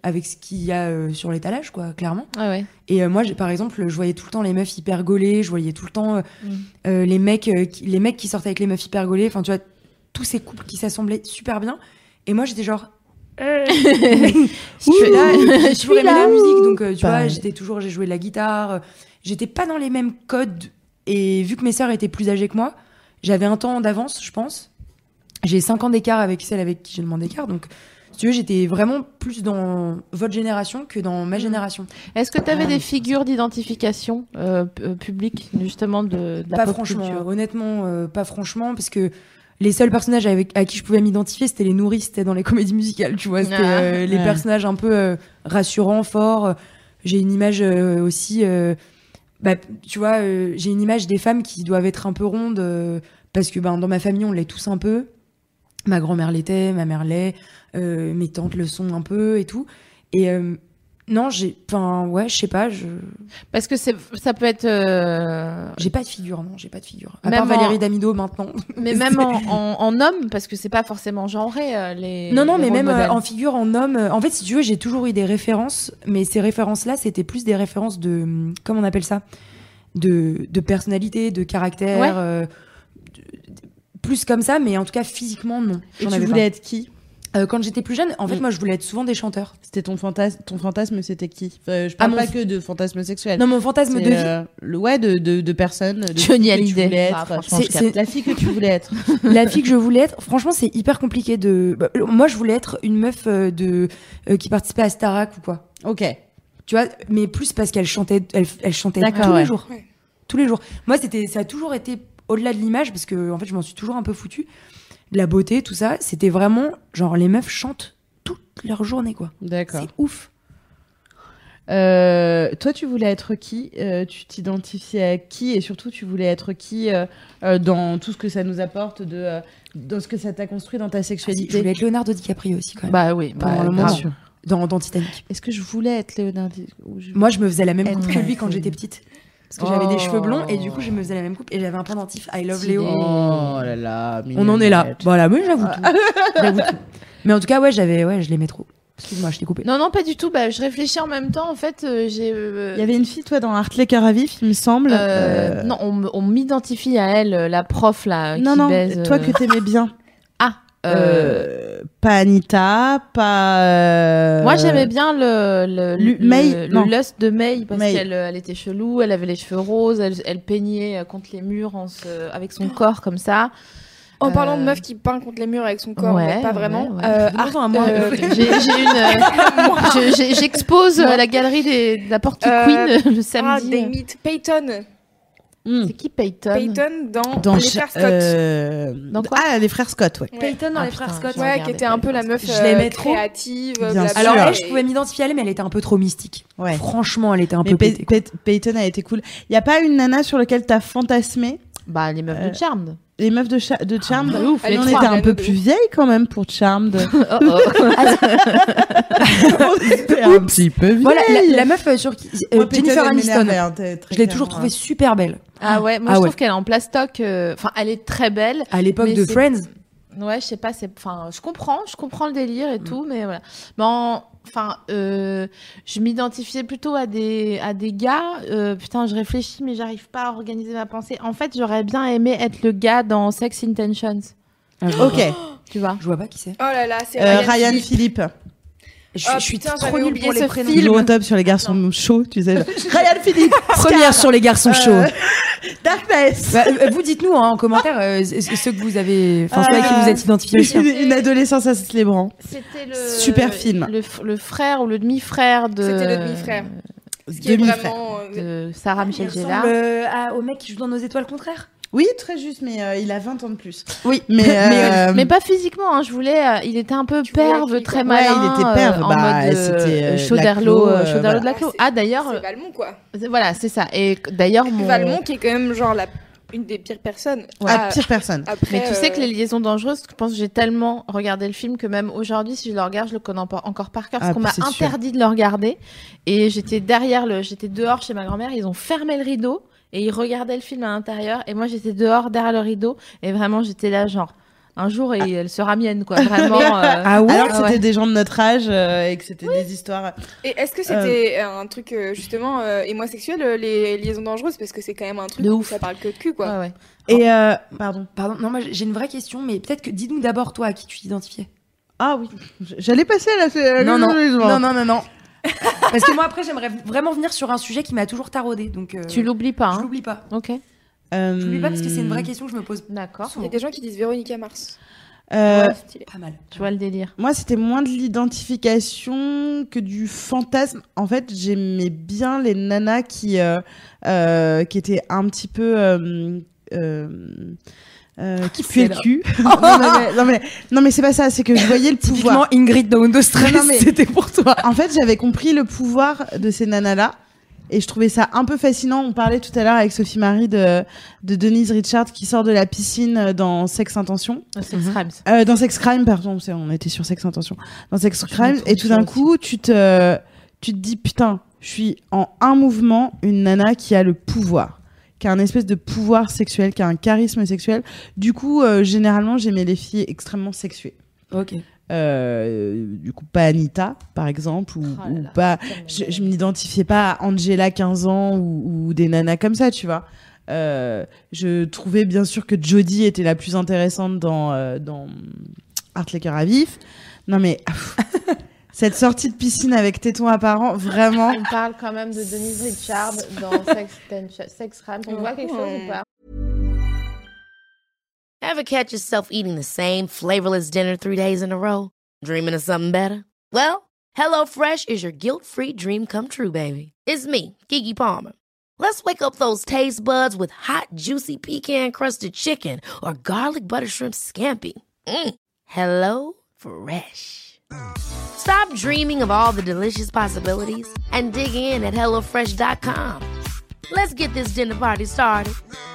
avec ce qu'il y a euh, sur l'étalage, quoi, clairement. Ah ouais. Et euh, moi, j'ai, par exemple, je voyais tout le temps les meufs hyper gaulées, je voyais tout le temps euh, Mm. euh, les mecs, euh, qui, les mecs qui sortaient avec les meufs hyper gaulées. Enfin, tu vois, tous ces couples qui s'assemblaient super bien. Et moi, j'étais genre. Euh... je suis là, j'ai toujours aimé la musique, donc euh, tu Pareil. vois, j'étais toujours, j'ai joué de la guitare. euh, J'étais pas dans les mêmes codes. Et vu que mes sœurs étaient plus âgées que moi, j'avais un temps d'avance, je pense. J'ai cinq ans d'écart avec celle avec qui j'ai le moins d'écart, donc. Si tu veux, j'étais vraiment plus dans votre génération que dans ma génération. Est-ce que tu avais Ah, des figures d'identification euh, p- euh, publiques, justement, de, de la Pas pop franchement, culture honnêtement, euh, pas franchement, parce que les seuls personnages avec, à qui je pouvais m'identifier, c'était les nourrices, c'était dans les comédies musicales, tu vois. C'était Ah, euh, les ouais. personnages un peu euh, rassurants, forts. J'ai une image euh, aussi, euh, bah, tu vois, euh, j'ai une image des femmes qui doivent être un peu rondes, euh, parce que ben, dans ma famille, on l'est tous un peu. Ma grand-mère l'était, ma mère l'est, euh, mes tantes le sont un peu et tout. Et euh, non, j'ai, enfin, ouais, je sais pas, je, Parce que c'est, ça peut être. euh, j'ai pas de figure, non, j'ai pas de figure. À Même part Valérie en- Damido maintenant. Mais même en, en, en homme, parce que c'est pas forcément genré, euh, les. Non, non, les mais rôles même euh, modèles. en figure, en homme. euh, En fait, si tu veux, j'ai toujours eu des références, mais ces références-là, c'était plus des références de, hum, comment on appelle ça, de, de personnalité, de caractère, Ouais. euh, de- de- plus comme ça, mais en tout cas physiquement, non. Et J'en tu avais voulais pas. être qui? Euh, quand j'étais plus jeune, en fait, Mm. moi, je voulais être souvent des chanteurs. C'était ton fantasme, ton fantasme, c'était qui? Enfin, je parle Ah, mon pas f- que de fantasme sexuel. Non, mon fantasme C'est, de vie. euh, le ouais de de, de personnes. De Johnny fille que tu Hallyday. voulais Bah, être. franchement, C'est- je capte. c'est- La fille que tu voulais être. La fille que je voulais être, franchement, c'est hyper compliqué de. Bah, moi, je voulais être une meuf euh, de euh, qui participait à Starac ou quoi. Ok. Tu vois, mais plus parce qu'elle chantait, elle, elle chantait D'accord, tous ouais. les jours. Ouais. Tous les jours. Moi, c'était, ça a toujours été au-delà de l'image parce que en fait, je m'en suis toujours un peu foutue. La beauté, tout ça, c'était vraiment genre les meufs chantent toute leur journée, quoi. D'accord. C'est ouf. Euh, toi, tu voulais être qui? Euh, Tu t'identifiais à qui? Et surtout, tu voulais être qui euh, euh, dans tout ce que ça nous apporte, de, euh, dans ce que ça t'a construit dans ta Je sexualité? voulais être Leonardo DiCaprio aussi, quand même. Bah oui, Pendant bah, le grave. moment. sûr. Dans, dans Titanic. Est-ce que je voulais être Léonard ou je- Moi, je me faisais la même Elle coupe que m'a lui quand fait- j'étais petite. Parce que j'avais des Oh. cheveux blonds et du coup, je me faisais la même coupe et j'avais un pendentif I Love Stylé. Léo. Oh là là, On en est là. mignonnette. Voilà, mais j'avoue tout. J'avoue tout. Mais en tout cas, ouais, j'avais, ouais, je l'aimais trop. Excuse-moi, je t'ai coupé. Non, non, pas du tout. Bah, je réfléchis en même temps. En fait, euh, j'ai. euh, Il y avait une fille, toi, dans Hartley Cœur à vif, il me semble. euh, Euh, Non, on, m- on m'identifie à elle, euh, la prof là. non, qui non, baise, toi euh, que t'aimais bien. Ah. euh, Euh, Pas Anita, pas. euh, Moi, j'aimais bien le, le, Lu- le, May, le non. lust de May parce May. qu'elle euh, elle était chelou, elle avait les cheveux roses, elle, elle peignait euh, contre les murs en se, avec son corps comme ça. En parlant de Euh, meuf qui peint contre les murs avec son corps, ouais, mais pas ouais, vraiment. ouais. Euh, Faisons Ar- un moins. euh, J'ai j'ai une, euh, je- j'ai- j'expose à la galerie des, de la Porky Euh, Queen le ah, samedi. des mythes. Peyton. Hmm. C'est qui Peyton? Peyton dans, Dans Les cha- Frères Scott. euh, Dans quoi Ah, les frères Scott, ouais. Ouais. Peyton dans Ah, les putain, frères Scott. j'ai Ouais, regardé qui était un peu la Peyton. meuf Je euh, l'aimais trop. créative. Bien blabla. sûr. Alors, Ouais. elle, je pouvais m'identifier à elle, mais elle était un peu trop mystique. Ouais. Franchement, elle était un Mais peu Pey- pétée. quoi. Pey- Peyton a été cool. Il y a pas une nana sur laquelle t'as fantasmé? Bah, les meufs Euh, de Charmed. Les meufs de, Cha- de Charmed? Ah, de ouf, Mais les on trois. était un peu De plus ouf. vieilles quand même pour Charmed. Oh, oh. On était un petit peu vieilles. Voilà, la, la meuf euh, sur qui. euh, Moi, Peyton, Jennifer elle Aniston. m'énervait, hein, t'es- très Je l'ai clairement, toujours trouvée hein. super belle. Ah ouais, moi Ah je ouais. trouve qu'elle est en plastoc. euh, Enfin, elle est très belle. À l'époque Mais de c'est- Friends. Ouais, je sais pas, c'est, enfin, je comprends, je comprends le délire et tout, mais voilà. Mais en- enfin, euh, je m'identifiais plutôt à des, à des gars. euh, putain, je réfléchis, mais j'arrive pas à organiser ma pensée. En fait, j'aurais bien aimé être le gars dans Sex Intentions, Ah, je vois Ok. pas. tu vois. Je vois pas qui c'est. Oh là là, c'est Euh, Ryan, Ryan Phillippe. Philippe. Je, suis- Oh, je suis putain, trop j'avais nulle oublié pour les ce prénoms. film. Toujours au top sur les garçons chauds, tu sais. Ryan Philippe. Première sur les garçons chauds. Euh, Darkness. Bah, euh, vous dites-nous hein, en commentaire euh, c- c- ceux que vous avez, enfin ceux à qui Euh, vous êtes identifiés aussi. hein. Une, une adolescence à se célébrer. C'était le Super film. Le, f- le frère ou le demi-frère de. C'était le demi-frère. Ce qui est Demi-frère. vraiment. euh, De Sarah Michelle Il Gellar. ressemble euh, à- au mec qui joue dans Nos étoiles contraires. Oui, très juste, mais euh, il a vingt ans de plus. Oui, Mais, euh, Mais pas physiquement, hein, je voulais. euh, il était un peu Tu voulais perve, qui, très quoi. malin. Ouais, il était perve, euh, en bah, mode euh, c'était, euh, Chauderlot, Laclos, euh, euh, Chauderlot voilà. de Laclos. Ah, Ah d'ailleurs, C'est euh, Valmont, quoi. c'est- voilà, c'est ça. Et d'ailleurs, mon. Valmont qui est quand même genre la... une des pires personnes. Ah, Ah, pire personne. Après, Mais tu sais euh, que les liaisons dangereuses, je pense que j'ai tellement regardé le film que même aujourd'hui, si je le regarde, je le connais pas encore par cœur parce Ah, qu'on m'a c'est sûr. interdit de le regarder. Et j'étais derrière le, j'étais dehors chez ma grand-mère, ils ont fermé le rideau et ils regardaient le film à l'intérieur. Et moi, j'étais dehors derrière le rideau et vraiment, j'étais là genre, un jour et elle sera mienne, quoi. Vraiment. Euh... Ah ouais. Alors que c'était ouais. des gens de notre âge euh, et que c'était oui. des histoires. Et est-ce que c'était euh... un truc euh, justement euh, émoi-sexuel, euh, les liaisons dangereuses, parce que c'est quand même un truc de où ouf. ça parle que de cul, quoi. Ouais, ouais. Et euh... pardon. Pardon. Non, moi j'ai une vraie question, mais peut-être que dis-nous d'abord toi à qui tu t'identifiais. Ah oui. J'allais passer à la. Non non non non non non. Parce que moi après j'aimerais vraiment venir sur un sujet qui m'a toujours taraudé, donc. Euh... Tu l'oublies pas. Hein. Je l'oublie pas. Ok. Euh... Je l'oublie pas parce que c'est une vraie question que je me pose. D'accord. Il y a des gens qui disent Véronica Mars. Euh, Ouais, Pas mal. Je vois le délire. Moi, c'était moins de l'identification que du fantasme. En fait, j'aimais bien les nanas qui, euh, euh, qui étaient un petit peu. Euh, euh, euh, qui puaient le cul. non, mais, non, mais, non, mais c'est pas ça, c'est que je voyais le pouvoir. Typiquement Ingrid dans Windows Stress, Non, non, mais- c'était pour toi. En fait, j'avais compris le pouvoir de ces nanas-là. Et je trouvais ça un peu fascinant. On parlait tout à l'heure avec Sophie Marie de, de Denise Richards qui sort de la piscine dans Sex Intention. Sex Crimes. Euh, dans Sex Crime, pardon, c'est- on était sur Sex Intention. Dans Sex Je Crime, me trompe et tout d'un sur coup, tu te, tu te dis, putain, je suis en un mouvement une nana qui a le pouvoir, qui a un espèce de pouvoir sexuel, qui a un charisme sexuel. Du coup, euh, généralement, j'aimais les filles extrêmement sexuées. Ok. Euh, du coup, pas Anita, par exemple, ou, Oh là ou là, pas. tellement Je, belle. je m'identifiais pas à Angela, quinze ans, ou, ou des nanas comme ça, tu vois. Euh, je trouvais bien sûr que Jodie était la plus intéressante dans, euh, dans Art les cœurs à vif. Non mais pff, cette sortie de piscine avec tétons apparents, vraiment. On parle quand même de Denise Richards dans Sex, Ten- Sex Crimes. On voit quelque chose ou pas? Ever catch yourself eating the same flavorless dinner three days in a row? Dreaming of something better? Well, HelloFresh is your guilt-free dream come true, baby. It's me, Keke Palmer. Let's wake up those taste buds with hot, juicy pecan-crusted chicken or garlic butter shrimp scampi. Mm. Hello Fresh. Stop dreaming of all the delicious possibilities and dig in at hello fresh dot com. Let's get this dinner party started.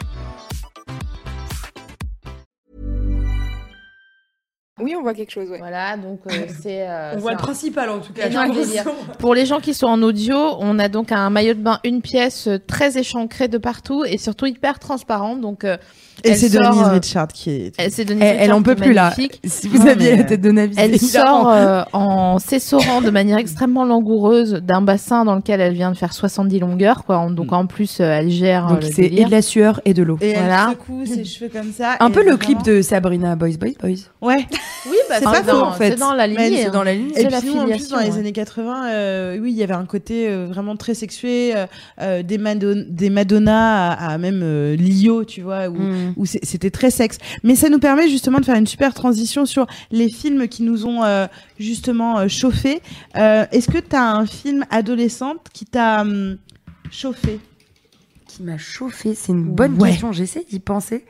Oui, on voit quelque chose, ouais. Voilà, donc euh, c'est. euh, On c'est voit un- le principal en tout cas. énorme j'ai délire. l'impression. Pour les gens qui sont en audio, on a donc un maillot de bain, une pièce euh, très échancrée de partout et surtout hyper transparent. Donc, euh, Et elle c'est sort, Denise euh, Richards qui est. elle- c'est Denise Elle, elle Richards en peut qui est plus là. magnifique. Si vous Non, aviez mais- la tête de Navi, Elle c'est sort hilarant. euh, en s'essorant de manière extrêmement langoureuse d'un bassin dans lequel elle vient de faire soixante-dix longueurs, quoi. En- Donc en plus, euh, elle gère euh, Donc le c'est et délire. de la sueur et de l'eau. Et Voilà. elle secoue ses cheveux comme ça. Un et peu le vraiment- clip de Sabrina Boys Boys Boys. Ouais. Oui, bah, C'est c'est pas dans, faux, en fait. c'est dans la Mais lignée. C'est hein. dans la ligne. C'est Et la puis nous, en plus, filiation, dans les ouais. années quatre-vingts, euh, oui, il y avait un côté euh, vraiment très sexué, euh, euh, des, Madon- des Madonna à, à même euh, Lio, tu vois, où, Mm. où c'est- c'était très sexe. Mais ça nous permet justement de faire une super transition sur les films qui nous ont euh, justement euh, chauffé. Euh, Est-ce que tu as un film adolescente qui t'a hum, chauffé? Qui m'a chauffé, c'est une bonne Ouais. question. J'essaie d'y penser.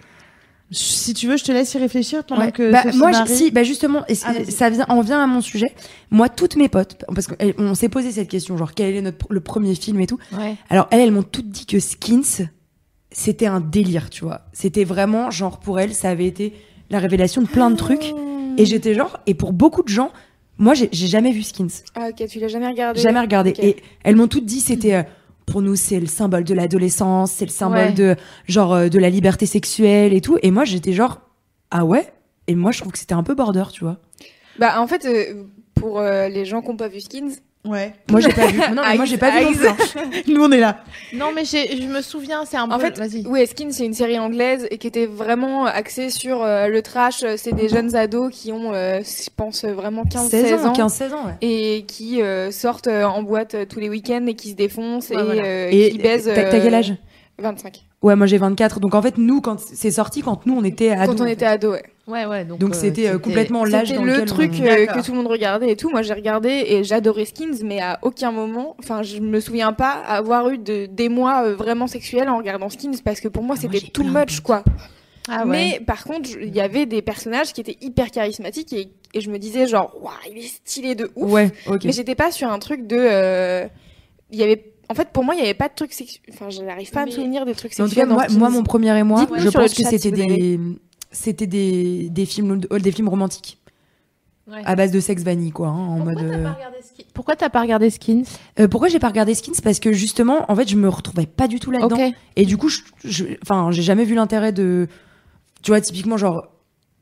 Si tu veux, je te laisse y réfléchir pendant Ouais. que Bah, Sophie moi, je- Marie- si, bah justement, et c'est- Ah, vas-y. ça vient, en vient à mon sujet. Moi, toutes mes potes, parce qu'on s'est posé cette question, genre quel est notre le premier film et tout. Ouais. Alors elles, elles m'ont toutes dit que Skins, c'était un délire, tu vois. C'était vraiment genre pour elles, ça avait été la révélation de plein de trucs. Et j'étais genre, et pour beaucoup de gens, moi, j'ai j'ai jamais vu Skins, Ah, ok, tu l'as jamais regardé. jamais regardé. Ok. Et elles m'ont toutes dit, c'était euh, pour nous, c'est le symbole de l'adolescence, c'est le symbole Ouais. de genre euh, de la liberté sexuelle et tout. Et moi, j'étais genre, ah ouais. Et moi, je trouve que c'était un peu border, tu vois. Bah, en fait, euh, pour euh, les gens qui n'ont pas vu Skins, Ouais. Moi, j'ai pas vu. Non, mais moi, j'ai pas vu non Eyes. plus, hein. Nous, on est là. Non, mais j'ai- je me souviens, c'est un En peu. fait, Vas-y. oui, Skins, c'est une série anglaise et qui était vraiment axée sur euh, le trash. C'est des jeunes ados qui ont, euh, je pense, vraiment quinze seize ans. quinze seize ans, ouais. Et qui euh, sortent euh, en boîte euh, tous les week-ends et qui se défoncent Ouais, et, voilà. euh, Et qui baisent. t'as t'as quel euh, âge? vingt-cinq. Ouais, moi j'ai vingt-quatre. Donc en fait, nous, quand c'est sorti, quand nous on était ados. Quand on en était fait. ados, ouais. Ouais, ouais. Donc Donc euh, c'était euh, complètement l'âge C'était dans le lequel truc on... euh, D'accord. que tout le monde regardait et tout. Moi, j'ai regardé et j'adorais Skins, mais à aucun moment, enfin, je me souviens pas avoir eu de d'émoi euh, vraiment sexuel en regardant Skins parce que pour moi, Ah, moi, c'était j'ai too plein de much, doutes. quoi. Ah ouais. Mais par contre, je- il y avait des personnages qui étaient hyper charismatiques et, et je me disais genre, waouh, il est stylé de ouf. Ouais, ok. Mais j'étais pas sur un truc de, euh, il y avait, en fait, pour moi, il y avait pas de trucs sexuels. Enfin, je n'arrive pas à me Mais- souvenir des trucs Mais en sexuels. tout cas, moi, dans Skins. moi, mon premier émoi, Dites-nous je sur le pense que chat c'était si vous des, c'était des, des films, euh, des films romantiques Ouais. à base de sexe vanille, quoi, hein, en Pourquoi mode. t'as euh, pas regardé Skins Pourquoi t'as pas regardé Skins Euh, pourquoi j'ai pas regardé Skins? Parce que justement, en fait, je me retrouvais pas du tout là-dedans. Ok. Et du coup, je, je- enfin, j'ai jamais vu l'intérêt de, tu vois, typiquement, genre,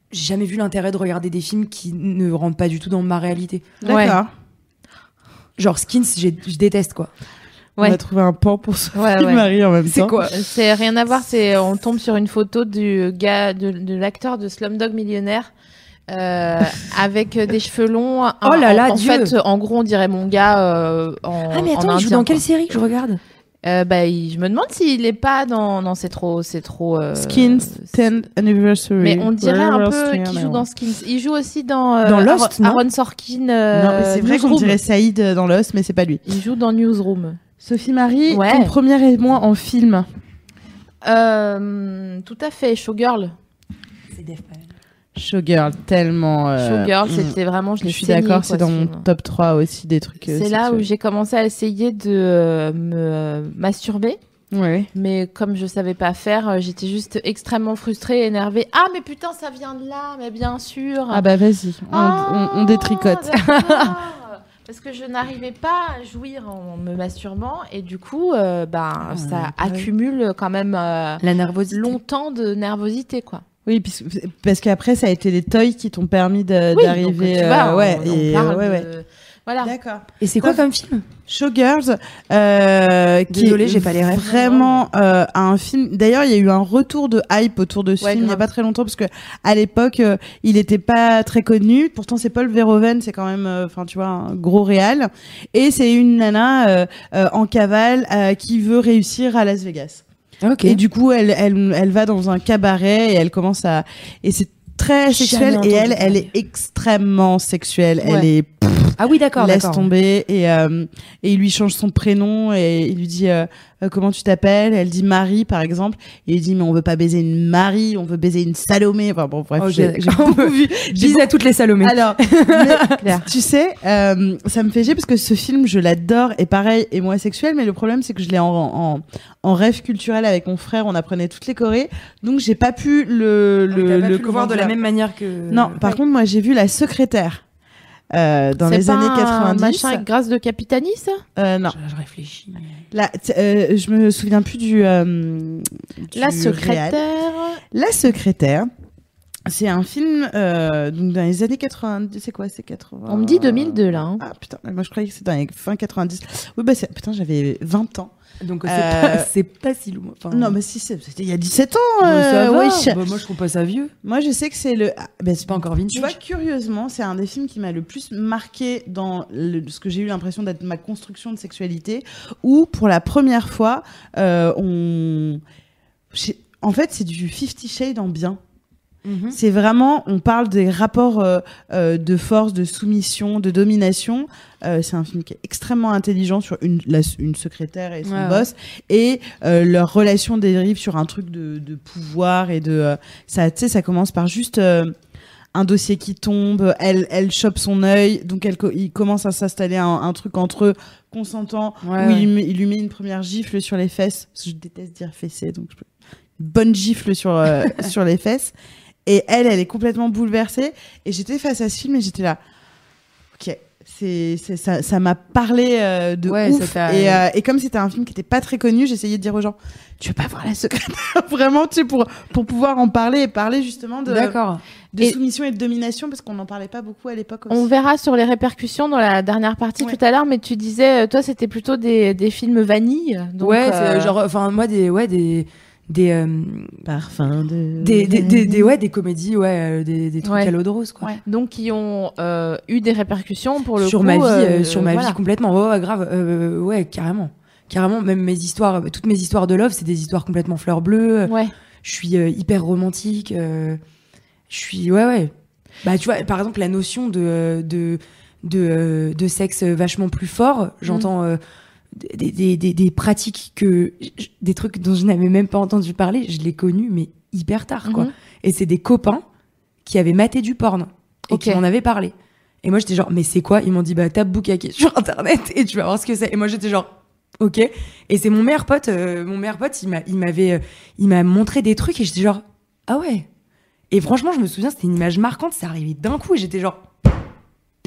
j'ai jamais vu l'intérêt de regarder des films qui ne rentrent pas du tout dans ma réalité. D'accord. Ouais. Genre Skins, j'ai- je déteste quoi. Ouais. On a trouvé un pan pour se Ouais, ouais, ouais. Marie en même temps. C'est quoi C'est rien à voir. C'est on tombe sur une photo du gars, de, de l'acteur de Slumdog Millionnaire. Euh, avec des cheveux longs. Un- Oh là là, en, en Dieu. fait, en gros, on dirait mon gars euh, en Ah mais attends, en il joue indien, dans quoi. quelle série que je regarde? Euh, bah, il- je me demande s'il est pas dans. Non, c'est trop, c'est trop. euh, Skins c'est- tenth Anniversary. Mais on dirait un Where peu else qu'il can I joue dans want? Skins. Il joue aussi dans. euh, Dans Lost, Aaron- non Aaron Sorkin. Non, euh, mais c'est vrai qu'on Newsroom. dirait Saïd dans Lost, mais c'est pas lui. Il joue dans Newsroom. Sophie Marie, Ouais. ton premier émoi en film. Euh, tout à fait, Showgirl. C'est Def Pal. Showgirl, tellement. euh, Showgirl, mm. c'était vraiment. Je, Je l'ai suis saigné, d'accord, quoi, c'est dans ce mon film. top trois aussi des trucs. euh, C'est là où sexuels. j'ai commencé à essayer de euh, me euh, masturber. Ouais. Mais comme je savais pas faire, euh, j'étais juste extrêmement frustrée, énervée. Ah, mais putain, ça vient de là, mais bien sûr. Ah bah vas-y, on, Ah, on, on détricote. d'accord. Parce que je n'arrivais pas à jouir en me masturbant et du coup, euh, ben, ça ouais. accumule quand même euh, La nervosité. longtemps de nervosité, quoi. Oui, puis- parce qu'après ça a été les toys qui t'ont permis de- Oui, d'arriver. donc, tu vois, euh, ouais, on, on et, parle euh, ouais, ouais. de... Voilà. D'accord. Et c'est quoi comme film? Showgirls, euh, qui Désolée, est j'ai pas les rêves. vraiment euh, un film. D'ailleurs, il y a eu un retour de hype autour de ce Ouais, film il y a grave. pas très longtemps parce que à l'époque, euh, il était pas très connu. Pourtant, c'est Paul Verhoeven, c'est quand même, enfin, tu vois, un gros réal. Et c'est une nana euh, euh, en cavale euh, qui veut réussir à Las Vegas. Ok. Et du coup, elle, elle, elle va dans un cabaret et elle commence à, et c'est très sexuel Jamais et entendu elle, elle parler. est extrêmement sexuelle. Elle Ouais. est Ah oui, d'accord, laisse d'accord. tomber et euh, et il lui change son prénom et il lui dit euh, euh, comment tu t'appelles, elle dit Marie par exemple et il dit mais on veut pas baiser une Marie, on veut baiser une Salomé. Enfin bon bref, Ok, j'ai j'ai d'accord. beaucoup vu. Bise à toutes les Salomé. Alors, mais, tu sais, euh, ça me fait chier parce que ce film, je l'adore et pareil, et moi sexuel, mais le problème c'est que je l'ai en, en, en rêve culturel avec mon frère, on apprenait toutes les chorés, donc j'ai pas pu le le, T'as pas le, pu le voir de la comment même manière que. dire. Non, par contre moi j'ai vu La Secrétaire euh, dans C'est les pas années un quatre-vingt-dix. machin avec Grâce de Capitani, ça Euh, non. Je, je réfléchis. mais- La, t- euh, je me souviens plus du. euh, du La réal. secrétaire. La secrétaire. C'est un film euh, donc dans les années quatre-vingt-dix. C'est quoi? C'est quatre-vingts. On me dit deux mille deux, là, hein. Ah putain, moi je croyais que c'était dans les fin quatre-vingt-dix. Oui, bah c'est- putain, j'avais vingt ans. Donc c'est Euh, pas, c'est pas si loin. Enfin, Non, mais si, c'est- c'était il y a dix-sept ans. bah, euh, ça va. wesh. Bah, moi je trouve pas ça vieux. Moi je sais que c'est le. Ah, bah, C'est pas encore Tu vintage. vois, curieusement, c'est un des films qui m'a le plus marqué dans le- ce que j'ai eu l'impression d'être ma construction de sexualité, où pour la première fois, euh, on. j'ai- En fait, c'est du Fifty Shades en bien. Mhm. C'est vraiment, on parle des rapports euh, euh, de force, de soumission, de domination. Euh, c'est un film qui est extrêmement intelligent sur une, la- une secrétaire et son Ouais, ouais. boss, et euh, leur relation dérive sur un truc de, de pouvoir et de euh, ça. Tu sais, ça commence par juste euh, un dossier qui tombe, elle, elle chope son œil, donc elle, co- il commence à s'installer un, un truc entre eux consentant Ouais, où ouais. il, met- il lui met une première gifle sur les fesses. Parce que je déteste dire fessé, donc je peux... une bonne gifle sur euh, sur les fesses. Et elle, elle est complètement bouleversée. Et j'étais face à ce film et j'étais là. Ok, c'est, c'est ça, ça m'a parlé euh, de Ouais, ouf. ça t'a- Et, euh, et comme c'était un film qui était pas très connu, j'essayais de dire aux gens, tu veux pas voir La Secrétaire, vraiment, tu sais, pour pour pouvoir en parler et parler justement de, D'accord. de Et- soumission et de domination parce qu'on n'en parlait pas beaucoup à l'époque. Aussi. On verra sur les répercussions dans la dernière partie Ouais. tout à l'heure, mais tu disais, euh, toi, c'était plutôt des, des films vanille. Donc, ouais, euh, c'est genre, enfin moi des, ouais des, des, euh, Parfum de. des, des, des, des- ouais des comédies, ouais, euh, des, des trucs Ouais. à l'eau de rose quoi. ouais. Donc, qui ont euh, eu des répercussions pour le sur coup. ma vie, euh, euh, sur ma voilà. vie complètement. Ouais, ouais, grave. Euh, ouais, carrément, carrément. Même mes histoires, euh, toutes mes histoires de love, c'est des histoires complètement fleur bleue. Ouais. Je suis euh, hyper romantique. euh, je suis, ouais, ouais. Bah, tu vois, par exemple, la notion de de de, euh, de sexe vachement plus fort. J'entends. euh, Des, des, des, des pratiques que j- des trucs dont je n'avais même pas entendu parler, je l'ai connu mais hyper tard quoi. Mhm. Et c'est des copains qui avaient maté du porn et Ok. qui m'en avaient parlé. Et moi j'étais genre mais c'est quoi? Ils m'ont dit bah tape Bukake sur internet et tu vas voir ce que c'est. Et moi j'étais genre ok. Et c'est mon meilleur pote, euh, mon meilleur pote, il m'a il m'avait euh, il m'a montré des trucs et j'étais genre ah ouais. Et franchement je me souviens c'était une image marquante, c'est arrivé d'un coup et j'étais genre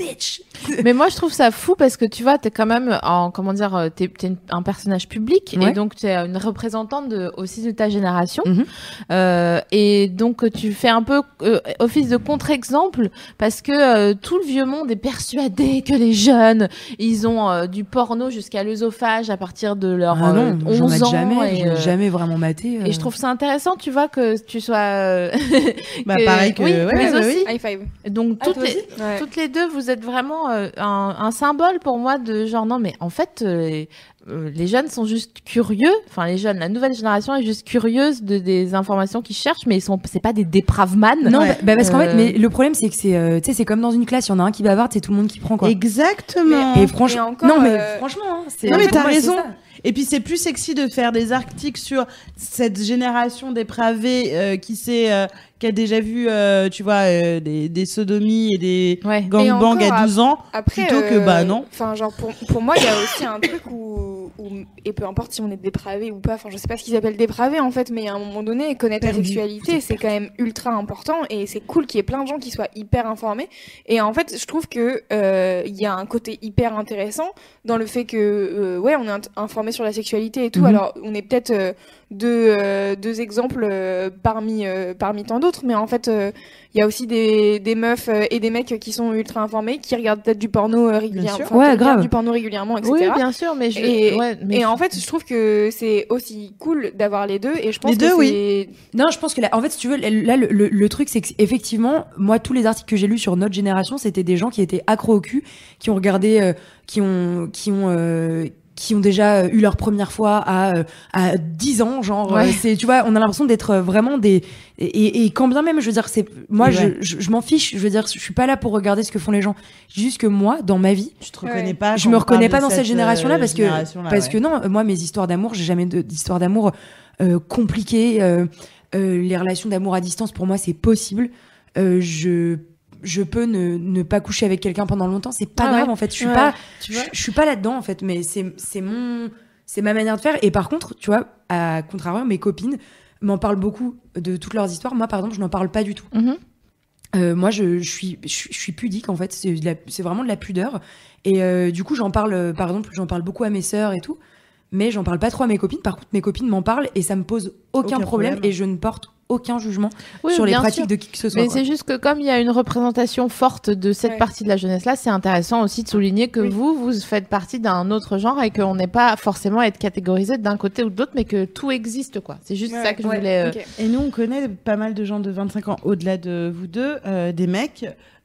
bitch. Mais moi, je trouve ça fou parce que tu vois, t'es quand même en, comment dire, t'es, t'es une- un personnage public Ouais. et donc t'es une représentante de, aussi de ta génération. Mhm. Euh, et donc tu fais un peu euh, office de contre-exemple parce que euh, tout le vieux monde est persuadé que les jeunes, ils ont euh, du porno jusqu'à l'œsophage à partir de leur Ah non, euh, j'en onze mate ans. jamais, et, je l'ai euh, jamais vraiment maté. euh. et je trouve ça intéressant, tu vois, que tu sois. euh, Bah, que- pareil que- Oui, ouais, mais bah aussi. oui. High five. Donc Ah, toutes toi les, aussi Ouais. toutes les deux, vous êtes vraiment euh, un, un symbole pour moi de genre non mais en fait euh, euh, les jeunes sont juste curieux. Enfin les jeunes, la nouvelle génération est juste curieuse de des informations qu'ils cherchent, mais ils sont c'est pas des dépraves man. Non, Ouais. bah, bah, parce qu'en Euh. fait, mais le problème c'est que c'est, euh, tu sais, c'est comme dans une classe, il y en a un qui bavarde, c'est tout le monde qui prend quoi. Exactement. Et Et franchement, encore, non mais euh, franchement, hein, c'est. Non, mais pour t'as moi, c'est raison. ça. Et puis c'est plus sexy de faire des articles sur cette génération dépravée euh, qui sait, euh, qui a déjà vu, euh, tu vois, euh, des, des sodomies et des Ouais. gangbangs Et encore, à douze ans, Après, plutôt que euh, bah non. Enfin, genre pour, pour moi, il y a aussi un truc où, où et peu importe si on est dépravé ou pas. Enfin, je sais pas ce qu'ils appellent dépravé en fait, mais à un moment donné, connaître la Perdu. sexualité, c'est quand même ultra important et c'est cool qu'il y ait plein de gens qui soient hyper informés. Et en fait, je trouve que euh, il y a un côté hyper intéressant dans le fait que euh, ouais, on est int- informé sur la sexualité et tout. Mhm. Alors, on est peut-être euh, deux euh, deux exemples euh, parmi euh, parmi tant d'autres, mais en fait. euh, Il y a aussi des, des meufs euh, et des mecs qui sont ultra informés, qui regardent peut-être du porno euh, régulièrement, sûr. enfin, Ouais, qui regardent grave. du porno régulièrement, et Oui, cetera. bien sûr, mais je. Et, ouais, mais et je- en fait, je trouve que c'est aussi cool d'avoir les deux. Et je pense Les que deux, c'est Non, je pense que là, en fait, si tu veux, là, le, le, le truc, c'est que effectivement, moi, tous les articles que j'ai lus sur notre génération, c'était des gens qui étaient accros au cul, qui ont regardé, euh, qui ont, qui ont, euh, qui ont déjà eu leur première fois à euh, à dix ans, genre. Ouais. euh, c'est, tu vois, on a l'impression d'être vraiment des et, et, et quand bien même, je veux dire, c'est moi, Et je, ouais. je, je m'en fiche. Je veux dire, je suis pas là pour regarder ce que font les gens. Juste que moi, dans ma vie, Je te reconnais Ouais. pas. je quand me on reconnais parle pas de dans cette génération-là euh, parce que génération-là, parce ouais. que non, moi mes histoires d'amour, j'ai jamais de- d'histoire d'amour euh, compliquée. euh, euh, les relations d'amour à distance, pour moi, c'est possible. Euh, je je peux ne, ne pas coucher avec quelqu'un pendant longtemps, c'est pas Ah grave ouais. en fait. Je suis Ouais. pas Tu je, vois je suis pas là-dedans en fait, mais c'est c'est mon c'est ma manière de faire. Et par contre, tu vois, à contrario, mes copines m'en parlent beaucoup de toutes leurs histoires. Moi, par exemple, je n'en parle pas du tout. Mhm. Euh, moi, je, je suis, je, suis- je suis pudique en fait. C'est, de la- c'est vraiment de la pudeur. Et euh, du coup, j'en parle. euh, Par exemple, j'en parle beaucoup à mes sœurs et tout, mais j'en parle pas trop à mes copines. Par contre, mes copines m'en parlent et ça me pose aucun, Aucun problème, problème. et je ne porte aucun jugement Oui, sur les bien pratiques sûr. de qui que ce soit. Mais quoi. c'est juste que comme il y a une représentation forte de cette Ouais. partie de la jeunesse-là, c'est intéressant aussi de souligner que Oui. vous, vous faites partie d'un autre genre et qu'on n'est pas forcément à être catégorisé d'un côté ou de l'autre, mais que tout existe, quoi. C'est juste Ouais, ça que je ouais, voulais... euh, ok. Et nous, on connaît pas mal de gens de vingt-cinq ans au-delà de vous deux, euh, des mecs,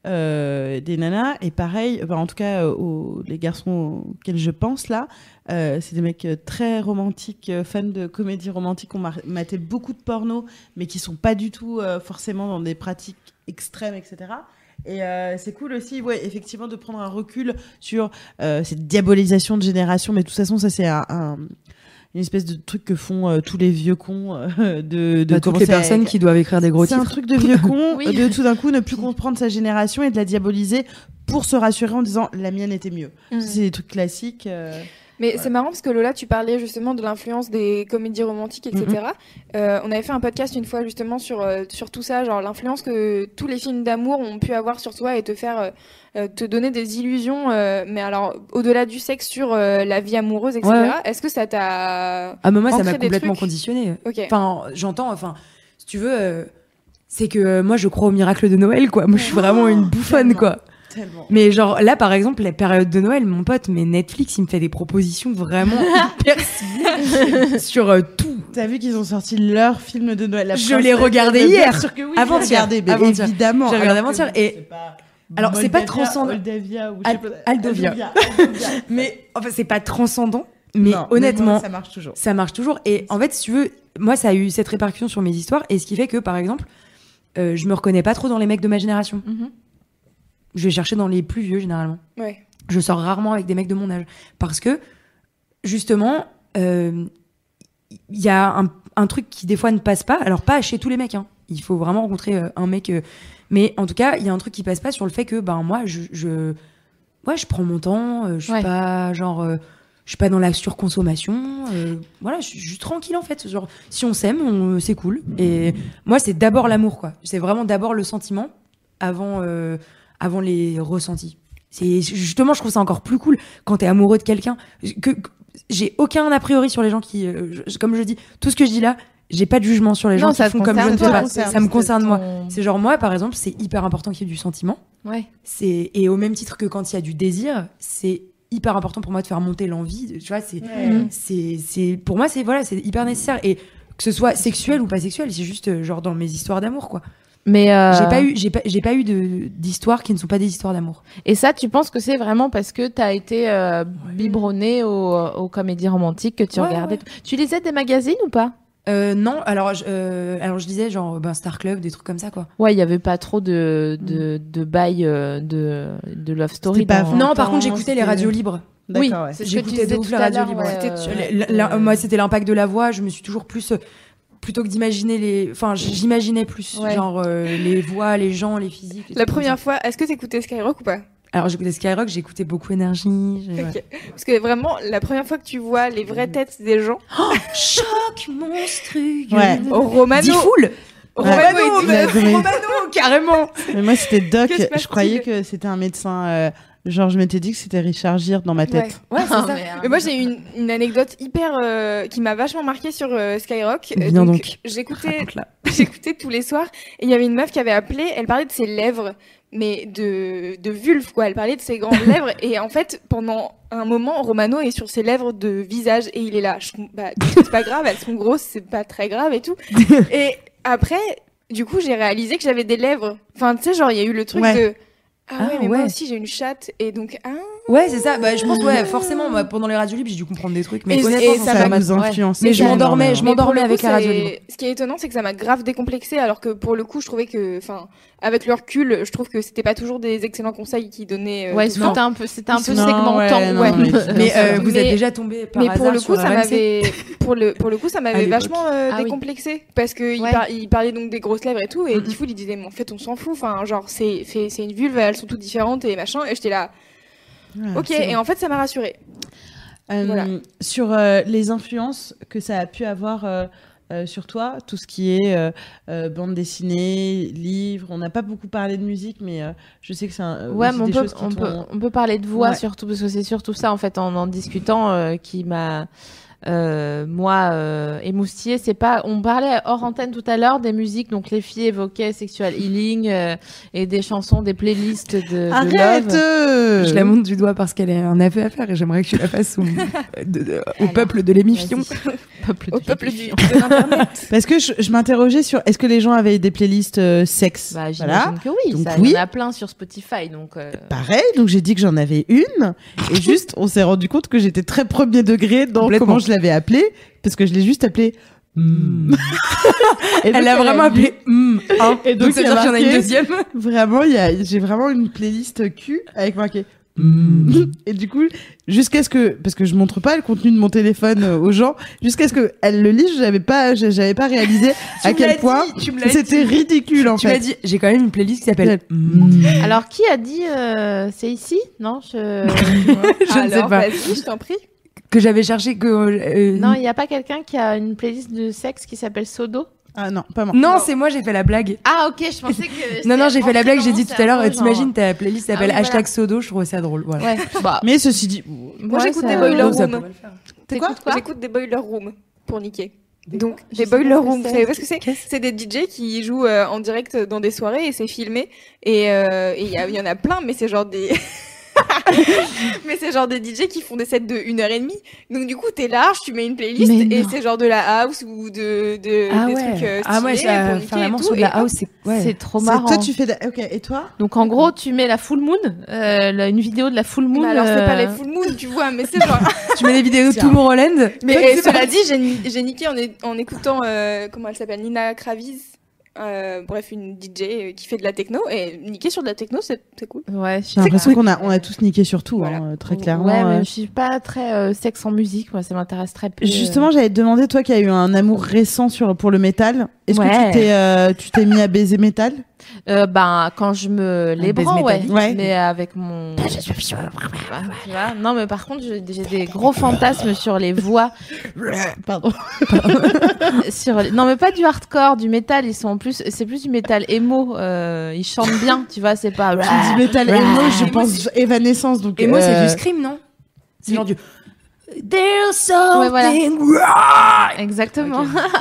euh, des nanas, et pareil, bah, en tout cas, euh, aux, les garçons auxquels je pense là, euh, c'est des mecs euh, très romantiques, euh, fans de comédies romantiques, on mar- maté beaucoup de porno, mais qui sont pas du tout euh, forcément dans des pratiques extrêmes, et cetera. Et euh, c'est cool aussi, ouais, effectivement, de prendre un recul sur euh, cette diabolisation de génération, mais de toute façon, ça c'est un, un- une espèce de truc que font euh, tous les vieux cons euh, de, de Bah, toutes commencer les à- personnes qui doivent écrire des gros c'est un titres. truc de vieux con Oui. de tout d'un coup ne plus comprendre sa génération et de la diaboliser pour se rassurer en disant la mienne était mieux. Mhm. C'est des trucs classiques. euh, Mais Ouais. c'est marrant parce que Lola, tu parlais justement de l'influence des comédies romantiques, et cetera. Euh, on avait fait un podcast une fois justement sur, euh, sur tout ça, genre l'influence que tous les films d'amour ont pu avoir sur toi et te faire euh, euh, te donner des illusions, euh, mais alors au-delà du sexe sur euh, la vie amoureuse, et cetera. Ouais, ouais. Est-ce que ça t'a... Ah, mais moi, ça Ancrer m'a des complètement trucs. conditionné. Ok. Enfin, j'entends. Enfin, si tu veux, euh, c'est que euh, moi, je crois au miracle de Noël, quoi. Moi, je suis vraiment une bouffonne, tellement. quoi. tellement. Mais genre là par exemple la période de Noël, mon pote, mais Netflix il me fait des propositions vraiment hyper ciblées sur euh, tout. T'as vu qu'ils ont sorti leur film de Noël. La Je princesse, l'ai regardé mais bien hier. sûr que oui, Avant-hier. j'ai regardé, mais Avant-hier. évidemment. J'ai regardé Alors que avant-hier et- c'est pas Alors, c'est pas Moldavia, transcendant. Moldavia ou je sais Al- pas- Aldovia. Aldovia, Aldovia. Mais enfin c'est pas transcendant, mais Non, honnêtement moi, ça marche toujours. ça marche toujours. Et en fait, si tu veux, moi, ça a eu cette répercussion sur mes histoires. Et ce qui fait que, par exemple, euh, je me reconnais pas trop dans les mecs de ma génération. Mhm. Je vais chercher dans les plus vieux, généralement. Ouais. Je sors rarement avec des mecs de mon âge. Parce que, justement, euh, il y a un, un truc qui, des fois, ne passe pas. Alors, pas chez tous les mecs. Hein. Il faut vraiment rencontrer euh, un mec. euh, Mais en tout cas, il y a un truc qui passe pas sur le fait que, ben, moi, je... je... Ouais, je prends mon temps. euh, je suis Ouais. pas, genre... euh, je suis pas dans la surconsommation. euh, voilà, je suis juste tranquille en fait. Genre, si on s'aime, on- c'est cool. Et moi, c'est d'abord l'amour, quoi. C'est vraiment d'abord le sentiment avant, euh, avant les ressentis. C'est justement, je trouve ça encore plus cool quand t'es amoureux de quelqu'un. Que, que j'ai aucun a priori sur les gens qui, euh, je, comme je dis, tout ce que je dis là, j'ai pas de jugement sur les gens Non, qui ça font te comme je ne concerne fais toi, pas. c'est- Ça me c'est concerne ton- moi. C'est genre moi, par exemple, c'est hyper important qu'il y ait du sentiment. Ouais. C'est et au même titre que quand il y a du désir, c'est hyper important pour moi de faire monter l'envie. Tu vois, c'est Ouais. c'est c'est pour moi c'est voilà, c'est hyper nécessaire et que ce soit sexuel ou pas sexuel, c'est juste euh, genre dans mes histoires d'amour quoi. Mais euh, J'ai pas eu j'ai pas j'ai pas eu de d'histoires qui ne sont pas des histoires d'amour. Et ça, tu penses que c'est vraiment parce que t'as été euh, biberonné aux, aux comédies romantiques que tu Ouais, regardais. ouais. Tu lisais des magazines ou pas? Euh, non, alors je, euh, alors je disais genre ben Star Club, des trucs comme ça quoi. Ouais, il y avait pas trop de de de bail euh, de de love story. C'était pas dans- vingt Non, par ans, contre, j'écoutais les c'était- radios libres. Oui, D'accord, ouais. c'est ce que tu J'écoutais disais de ouf tout la à radio l'heure, libre. ouais, C'était- euh, la- la- euh, moi, c'était l'impact de la voix. Je me suis toujours plus euh, plutôt que d'imaginer les, enfin, j'imaginais plus Ouais. genre euh, les voix, les gens, les physiques. les La trucs comme première ça. fois, est-ce que t'écoutais Skyrock ou pas? Alors j'écoutais Skyrock, j'écoutais beaucoup Énergie. j'ai- ouais. Ok. Parce que vraiment, la première fois que tu vois les vraies têtes des gens, Choc monstrueux. Ouais. au Romano, Diffoul. Romano, Ouais. il- Mais- mais- Romano, carrément. mais moi, c'était Doc. Que se passe-t-il Je croyais que c'était un médecin. euh, Genre, je m'étais dit que c'était Richard Gere dans ma tête. Ouais, c'est Ah, ça. merde. Mais moi j'ai une, une anecdote hyper euh, qui m'a vachement marquée sur euh, Skyrock. Euh, Viens donc. J'écoutais, Raconte-la. j'écoutais tous les soirs et il y avait une meuf qui avait appelé. Elle parlait de ses lèvres, mais de de vulve quoi. Elle parlait de ses grandes lèvres et en fait pendant un moment Romano est sur ses lèvres de visage et il est là. Je, bah c'est pas grave, elles sont grosses, c'est pas très grave et tout. Et après du coup j'ai réalisé que j'avais des lèvres. Enfin tu sais genre il y a eu le truc Ouais. de ah ouais, Ah, mais moi ouais. aussi j'ai une chatte et donc ah Ouais, c'est ça. Bah, je pense ouais, forcément. Moi, pendant les radios libres, j'ai dû comprendre des trucs. Mais Et- honnêtement, et ça Ça m'a- va nous ouais. influencer. Mais je m'endormais, je Mais pour m'endormais le coup, avec la radio c'est- libre. Ce qui est étonnant, c'est que ça m'a grave décomplexé, alors que pour le coup, je trouvais que, enfin, avec le recul, je trouve que c'était pas toujours des excellents conseils qu'ils donnaient. euh, Ouais, tout le temps. c'était un peu, c'était un peu Non, segmentant. ouais, non, ouais. mais- Mais euh, vous Mais- êtes déjà tombé par Mais pour hasard le sur coup, ça R M C? m'avait, pour le, pour le coup, ça À m'avait l'époque. vachement euh, Ah oui. décomplexé, parce que il, Ouais. par- il parlait donc des grosses lèvres et tout, et Mhm. Diffoul il disait, mais en fait, on s'en fout, enfin, genre, c'est, c'est, c'est une vulve, elles sont toutes différentes et machin, et j'étais là, Ah, ok, c'est bon. et en fait, ça m'a rassurée. Euh, Voilà. Sur euh, les influences que ça a pu avoir euh, euh, sur toi, tout ce qui est euh, euh, bande dessinée, livres. On n'a pas beaucoup parlé de musique, mais euh, je sais que c'est un, Ouais, aussi mais on des peut, choses qui on, t'ont- peut, on peut parler de voix Ouais. surtout, parce que c'est surtout ça, en fait, en en discutant, euh, qui m'a, euh, moi, euh, émoustillée. C'est pas, on parlait hors antenne tout à l'heure des musiques, donc les filles évoquaient sexual healing euh, et des chansons, des playlists de, de Arrête love. euh Je la montre du doigt parce qu'elle est un aveu à faire et j'aimerais que tu la fasses au, de- de- au Alors, peuple de l'émission. Vas-y. Peuple Au de peuple du, l'émission. de l'internet. Parce que je, je m'interrogeais sur est-ce que les gens avaient des playlists euh, sexe. Bah, j'imagine que oui, Donc ça, oui. il y en a plein sur Spotify, donc. euh, Pareil, donc j'ai dit que j'en avais une, et juste on s'est rendu compte que j'étais très premier degré dans Complètement. comment je l'avais appelée, parce que je l'ai juste appelée. Mm. Et donc, Elle a vraiment dit- appelé hum, un. Et donc, Donc ça veut il y a dire qu'il y en a une marqué- deuxième. Vraiment, il y a, j'ai vraiment une playlist cul avec marqué. Mm. Et du coup, jusqu'à ce que, parce que je montre pas le contenu de mon téléphone euh, aux gens, jusqu'à ce que elle le lise, j'avais pas, j'avais pas réalisé Tu à me quel l'as point dit, tu me l'as c'était dit. ridicule en Tu m'as fait. dit, j'ai quand même une playlist qui s'appelle Mm. Alors, qui a dit euh, c'est ici? Non, je. Je ne sais Alors, pas. vas-y, je t'en prie. que j'avais cherché que euh, Non, il n'y a pas quelqu'un qui a une playlist de sexe qui s'appelle Sodo? Ah non, pas moi. non, c'est moi, j'ai fait la blague. Ah, ok, je pensais que. Non, non, j'ai fait la blague, j'ai dit dit tout à l'heure, t'imagines, ta playlist s'appelle Ah oui, hashtag voilà. Sodo, je trouvais ça drôle. Voilà. Ouais, bah. Mais ceci dit, Moi, ouais, j'écoute ça- des Boiler Donc, ça Room. pourrait le faire. T'es quoi, quoi J'écoute des Boiler Room pour niquer. Donc, Je des sais pas Boiler ce que Room, vous c'est. savez pas ce que c'est? C'est des D J qui jouent euh, en direct dans des soirées et c'est filmé. Et euh, et il y, a- il y en a plein, mais c'est genre des. mais c'est genre des D J qui font des sets de une heure et demie. Donc, du coup, t'es large, tu mets une playlist Mais et non. c'est genre de la house ou de, de Ah des ouais. trucs euh, Ah ouais, stylés ça, pour niquer faire la et morceau tout, de la et house, c'est ouais. C'est trop c'est- marrant. toi tu fais, de- ok, et toi? Donc en gros, tu mets la full moon, euh, la- une vidéo de la full moon. Mais alors, c'est pas euh, les full moon, tu vois, mais c'est genre. Tu mets des vidéos de Tiens. Tomorrowland. Mais Toi, et tu sais cela pas. dit, j'ai ni- j'ai niqué en, é- en écoutant, euh, comment elle s'appelle, Nina Kraviz, euh, bref, une D J euh, qui fait de la techno, et niquer sur de la techno, c'est c'est cool. Ouais, je sais J'ai l'impression pas. qu'on a, on a tous niqué sur tout, Voilà. hein, très clairement. Ouais, euh. mais je suis pas très euh, sexe en musique, moi, ça m'intéresse très peu. Justement, j'allais te demander, toi qui as eu un amour récent sur, pour le métal, est-ce Ouais. que tu t'es, euh, tu t'es mis à baiser métal? Euh, ben, quand je me les prends, ouais. Ouais. Mais avec mon. Tu vois. Non, mais par contre, j'ai j'ai des gros fantasmes sur les voix. Pardon. sur les... Non, mais pas du hardcore, du métal. Ils sont en plus, c'est plus du métal émo. Euh, ils chantent bien, tu vois. C'est pas. Tu dis métal emo, je pense Evanescence. Donc. Et moi, euh, c'est du scream, non? C'est genre du. There's Ouais, voilà. something wrong. Exactement.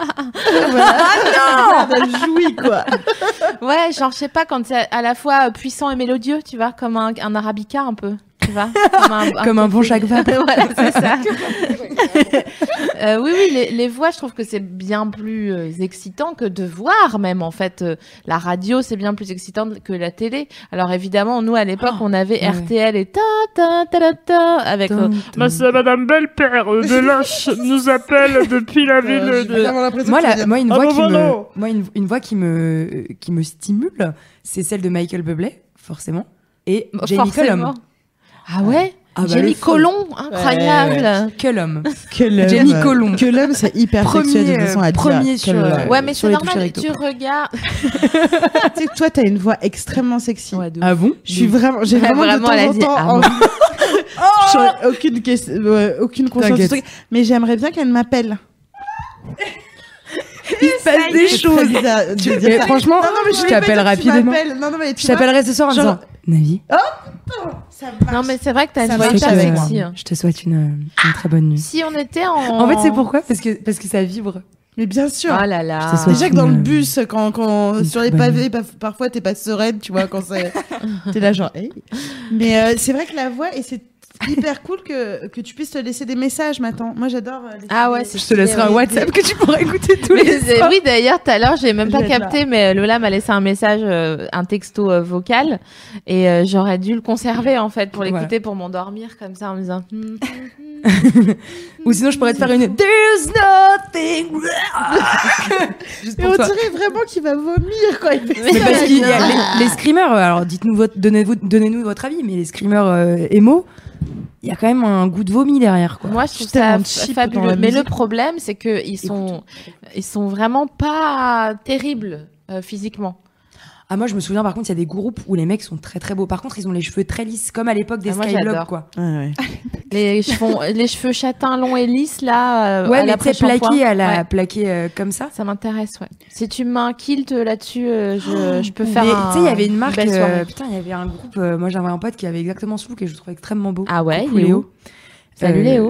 Ah non, elle jouit quoi. Ouais, genre, je sais pas, quand c'est à la fois puissant et mélodieux, tu vois, comme un, un arabica un peu. Tu vois, comme un, Comme un bon Jacques Vabre. Voilà, c'est ça. euh, oui, oui, les, les voix, je trouve que c'est bien plus euh, excitant que de voir, même en fait. Euh, la radio, c'est bien plus excitant que la télé. Alors évidemment, nous à l'époque, Oh, on avait ouais. R T L et ta ta ta ta ta avec. euh, Tum, tum. Madame Belle-Père de Lâche nous appelle depuis la ville Euh, j'ai de... vraiment l'impression Moi, que tu la, veux dire, moi, une ah voix bon, qui me, voilà. moi, une, une voix qui me, qui me stimule, c'est celle de Michael Bublé, forcément, et Jamie forcément. Cullum. Ah ouais. Ah bah, Jamie le feu. Colomb, incroyable. Cullum. Que l'homme. Jamie Colomb. Que l'homme, c'est hyper sexuel de toute façon à dire. premier sur, Que l'homme. euh, Ouais, mais sur c'est les touches normal. recto. Tu regardes. Tu sais que toi, t'as une voix extrêmement sexy. Ouais, de Ah bon? Je suis vraiment, j'ai Ouais, vraiment, vraiment, de elle a temps en dit, temps ah envie. J'aurais aucune question, ouais, aucune conscience du T'inquiète. truc, mais j'aimerais bien qu'elle m'appelle. Il se passe des C'est choses. très bizarre de dire Mais ça. franchement, Non, non, mais je voulais pas t'appelle dire que tu rapidement. m'appelles. Non, non, mais tu Je t'appellerai ce soir en Genre- disant Navi, Ça marche. Non, mais c'est vrai que t'as Ça une voix marche hyper avec sexy. hein. je te souhaite une, une très bonne nuit. Si on était en. En fait, c'est pourquoi? Parce que, parce que ça vibre. Mais bien sûr. Oh là là. Je te souhaite Déjà que dans le une- bus, quand, quand une sur très les bonne pavés, paf- parfois t'es pas sereine, tu vois, quand c'est, t'es là genre, hey. Mais euh, c'est vrai que la voix, et c'est hyper cool que, que tu puisses te laisser des messages maintenant. Moi, j'adore. euh, laisser Ah ouais, des- c'est Je te laisserai un stylé, oui. WhatsApp que tu pourras écouter tous Mais les c'est- soirs. oui, d'ailleurs, tout à l'heure, j'ai même Je pas vais être capté, mais Lola m'a laissé un message, euh, un texto euh, vocal, et euh, j'aurais dû le conserver en fait pour l'écouter, pour m'endormir comme ça en me disant. Hmm, hmm, hmm. Ou sinon, je pourrais te faire une There's nothing wrong. Juste Mais pour on toi. dirait vraiment qu'il va vomir quand il fait Mais ça. parce qu'il y a les, les screamers, euh, alors dites-nous votre, donnez-vous, donnez-nous votre avis, mais les screamers euh, émo, il y a quand même un goût de vomi derrière, quoi. Moi, je trouve Je suis ça tellement fa- cheap dans fabuleux. la Mais le musique. problème, c'est que ils sont, ils sont vraiment pas terribles euh, physiquement. Ah, moi, je me souviens, par contre, il y a des groupes où les mecs sont très très beaux. Par contre, ils ont les cheveux très lisses, comme à l'époque des Ah, moi, Skylab, j'adore. quoi. Ouais, ouais. Les cheveux, les cheveux châtains longs et lisses là. euh, Ouais, à mais tu sais, l'après-shampoing. plaqué à la, Ouais. plaqué euh, comme ça. Ça m'intéresse, ouais. Si tu me mets un kilt euh, là-dessus, euh, je, je peux faire Mais un. tu sais, il y avait une marque, belle soirée. euh, putain, il y avait un groupe, euh, moi j'avais un pote qui avait exactement ce look et je le trouvais extrêmement beau. Ah ouais, Coucou, Léo. Salut, Léo.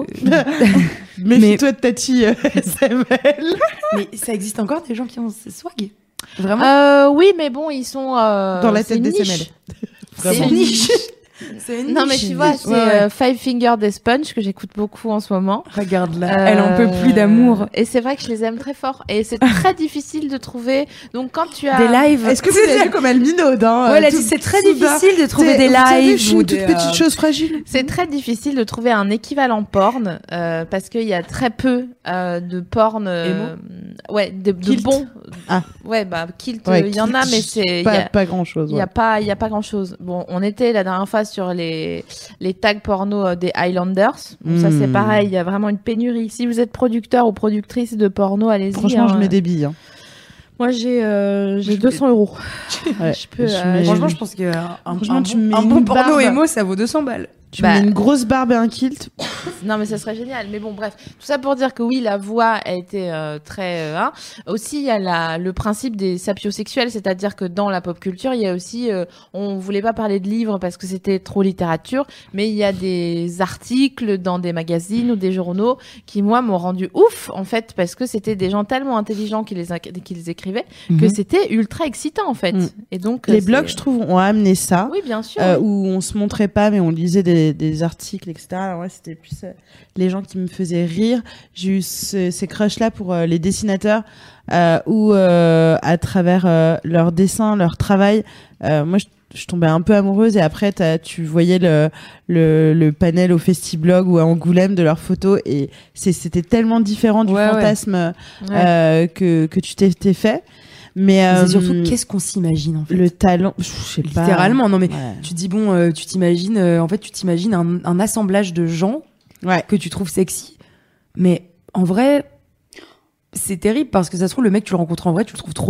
Méfie-toi de Tati euh, S M L. Mais ça existe encore des gens qui ont ce swag? Vraiment? Euh, oui, mais bon, ils sont euh, Dans la c'est tête une des niche. S M L. C'est Vraiment. une niche. C'est une Non, mais niche. tu vois, c'est Ouais, ouais. euh, Five Finger Death Punch que j'écoute beaucoup en ce moment. Regarde là, Euh, elle en peut plus d'amour. Et c'est vrai que je les aime très fort. Et c'est très difficile de trouver. Donc quand tu as Des lives. Est-ce que vous avez vu comme elle minaude, hein Ouais, elle a tout- dit c'est très tout bas. difficile de trouver C'est- des vous savez, lives je suis ou une des, toute petite euh, chose fragile. C'est très difficile de trouver un équivalent porn euh, parce qu'il y a très peu euh, de porn. euh, ouais, de, de Kilt. bons. Ah. Ouais, bah kilt, Ouais, il y en a, kilt, mais c'est il y Pas, a- pas grand chose. il y a pas il y a pas grand chose. Bon, on était la dernière fois sur les les tags porno euh, des Highlanders. Bon, ça c'est Hmm. pareil, il y a vraiment une pénurie. Si vous êtes producteur ou productrice de porno, allez-y. Franchement, hein. je mets des billes. hein. Moi j'ai euh, j'ai Je deux cents euros. Ouais, Je peux, je euh, mets- Franchement, je pense que euh, un, Franchement, un tu bon, mets un une bon porno barbe. émo, ça vaut deux cents balles. Tu Bah. mets une grosse barbe et un kilt. Non, mais ça serait génial. Mais bon, bref, tout ça pour dire que oui, la voix a été euh, très. Euh, hein. Aussi, il y a la, le principe des sapiosexuels, c'est-à-dire que dans la pop culture, il y a aussi. Euh, on voulait pas parler de livres parce que c'était trop littérature, mais il y a des articles dans des magazines ou des journaux qui, moi, m'ont rendu ouf, en fait, parce que c'était des gens tellement intelligents qui les, inc- qui les écrivaient que c'était ultra excitant, en fait. Mhm. Et donc. Les euh, blogs, c'est- je trouve, ont amené ça. Oui, bien sûr. euh, oui. où on se montrait pas, mais on lisait des, des articles, et cetera. Alors ouais, c'était plus euh, les gens qui me faisaient rire. J'ai eu ce- ces crushs-là pour euh, les dessinateurs, euh, où euh, à travers euh, leurs dessins, leur travail, euh, moi je, je tombais un peu amoureuse. Et après, t'as- tu voyais le, le, le panel au Festiblog ou à Angoulême de leurs photos, et c'est- c'était tellement différent du Ouais, ouais. fantasme Ouais. euh, que, que tu t'es t'es fait. Mais Mais euh, c'est surtout qu'est-ce qu'on s'imagine en fait. le talent, je sais pas. Littéralement, non mais Ouais. tu te dis bon, euh, tu t'imagines, euh, en fait, tu t'imagines un, un assemblage de gens Ouais. que tu trouves sexy, mais en vrai, c'est terrible parce que ça se trouve le mec tu le rencontres en vrai, tu le trouves trop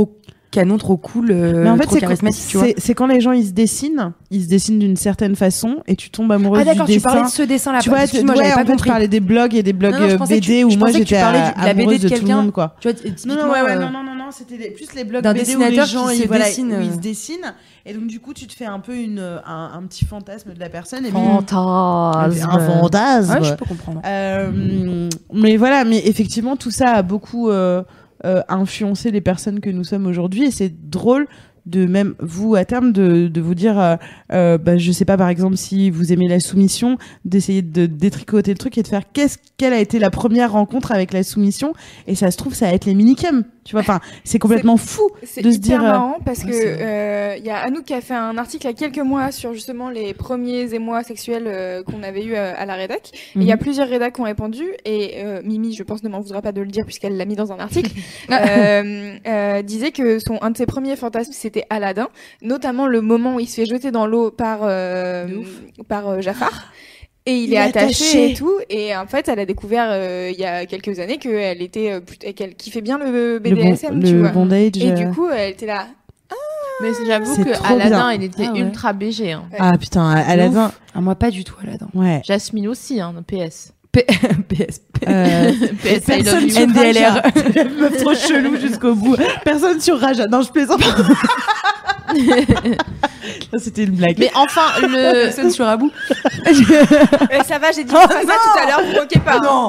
canon, trop cool, euh, mais en fait, trop c'est charismatique, quand, tu vois. c'est, c'est quand les gens ils se dessinent, ils se dessinent d'une certaine façon et tu tombes amoureuse Ah d'accord, du tu dessin. parlais de ce dessin-là. Tu vois, tu, moi ouais, j'avais en pas fait, je compris. parlais des blogs et des blogs Non, non, je euh, pensais B que D tu- où je moi pensais que tu j'étais parlais euh, de la B D amoureuse de de tout le quelqu'un. monde, quoi. Tu vois, Non, typiquement, non, ouais, ouais, euh, non, non, non, non, c'était les- plus les blogs d'un B D où dessinateur les gens qui ils, se voilà, dessine, où ils euh. se dessinent et donc du coup tu te fais un peu une, un, un petit fantasme de la personne et puis Fantasme. un fantasme. Ouais, je peux comprendre. Euh, mais voilà, mais effectivement tout ça a beaucoup euh, euh, influencé les personnes que nous sommes aujourd'hui et c'est drôle de même vous à terme de, de vous dire euh, euh, bah, je sais pas par exemple si vous aimez la soumission d'essayer de détricoter le truc et de faire qu'est-ce quelle a été la première rencontre avec la soumission et ça se trouve ça va être les minicums tu vois enfin c'est complètement fou C'est de se hyper dire euh, marrant parce ouais, que c'est euh, y a Anouk qui a fait un article il y a quelques mois sur justement les premiers émois sexuels euh, qu'on avait eu euh, à la rédac. Et il y a Mhm. plusieurs rédacs qui ont répondu et euh, Mimi, je pense, ne m'en voudra pas de le dire puisqu'elle l'a mis dans un article, euh, euh, disait que son un de ses premiers fantasmes c'était Aladdin, notamment le moment où il se fait jeter dans l'eau par euh, par euh, Jafar. Et il, Il est est attaché, attaché. et tout. Et en fait, elle a découvert euh, il y a quelques années qu'elle était euh, plutôt- qu'elle kiffait bien le B D S M, le, tu bon, vois. le bondage Et euh, du coup, elle était là. Mais j'avoue C'est que trop Aladdin, bien. il était Ah ouais. ultra B G. Hein. ah putain Aladdin Ah, moi pas du tout Aladdin. ouais Jasmine aussi, hein, P S. P S. euh, P S, I love personne you. sur N D L R. Raja. La meuf trop chelou jusqu'au bout personne sur Raja non je plaisante c'était une blague Mais enfin, le. Personne sur Abou. Eh, ça va, j'ai dit pas ça tout à l'heure, vous moquez pas. Non.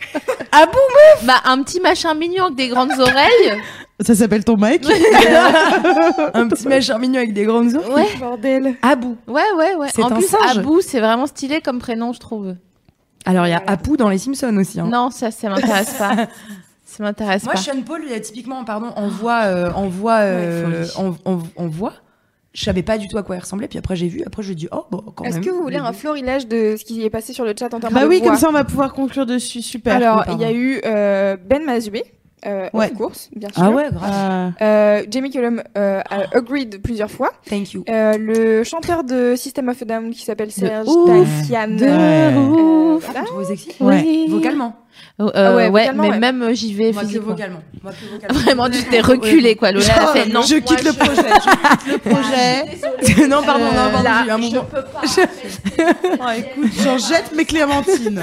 Bah, un petit machin mignon avec des grandes oreilles. ça s'appelle ton mec Un petit machin mignon avec des grandes oreilles. Ouais. Bordel. Abou. Ouais, ouais, ouais. C'est En un plus, singe. Abou, c'est vraiment stylé comme prénom, je trouve. Alors il y a Apu dans les Simpsons aussi. Hein. Non, ça, ça m'intéresse pas. Ça m'intéresse Moi pas. Sean Paul, il a typiquement, pardon, en voix, euh, en voix, euh, Ouais, en, en, en voix. Je savais pas du tout à quoi il ressemblait. Puis après j'ai vu, après je dis oh bon quand même. Est-ce que vous voulez un florilège de ce qui est passé sur le chat en termes bah de oui voix comme ça on va pouvoir conclure dessus super Alors, Oui, il y a pardon. eu euh, Ben Mazubé, euh, Ouais. of course, bien sûr. Ah ouais, grave. Ah. Euh, Jamie Cullum euh, a agreed plusieurs fois. Thank you. Euh, le chanteur de System of a Down qui s'appelle Serge ouf. Tankian. De Euh, ouf. voilà. Vous sexy. Oui. Vocalement. Oh, euh, Ah ouais, ouais, vocalement, mais ouais. même euh, j'y vais Moi que physiquement. vocalement. Moi que vocalement. Vraiment, tu t'es reculé, quoi. Lola a fait non. je quitte le projet je quitte le projet non pardon, Euh, non pardon, là, j'ai eu un mouvement. oh, écoute j'en jette mes clémentines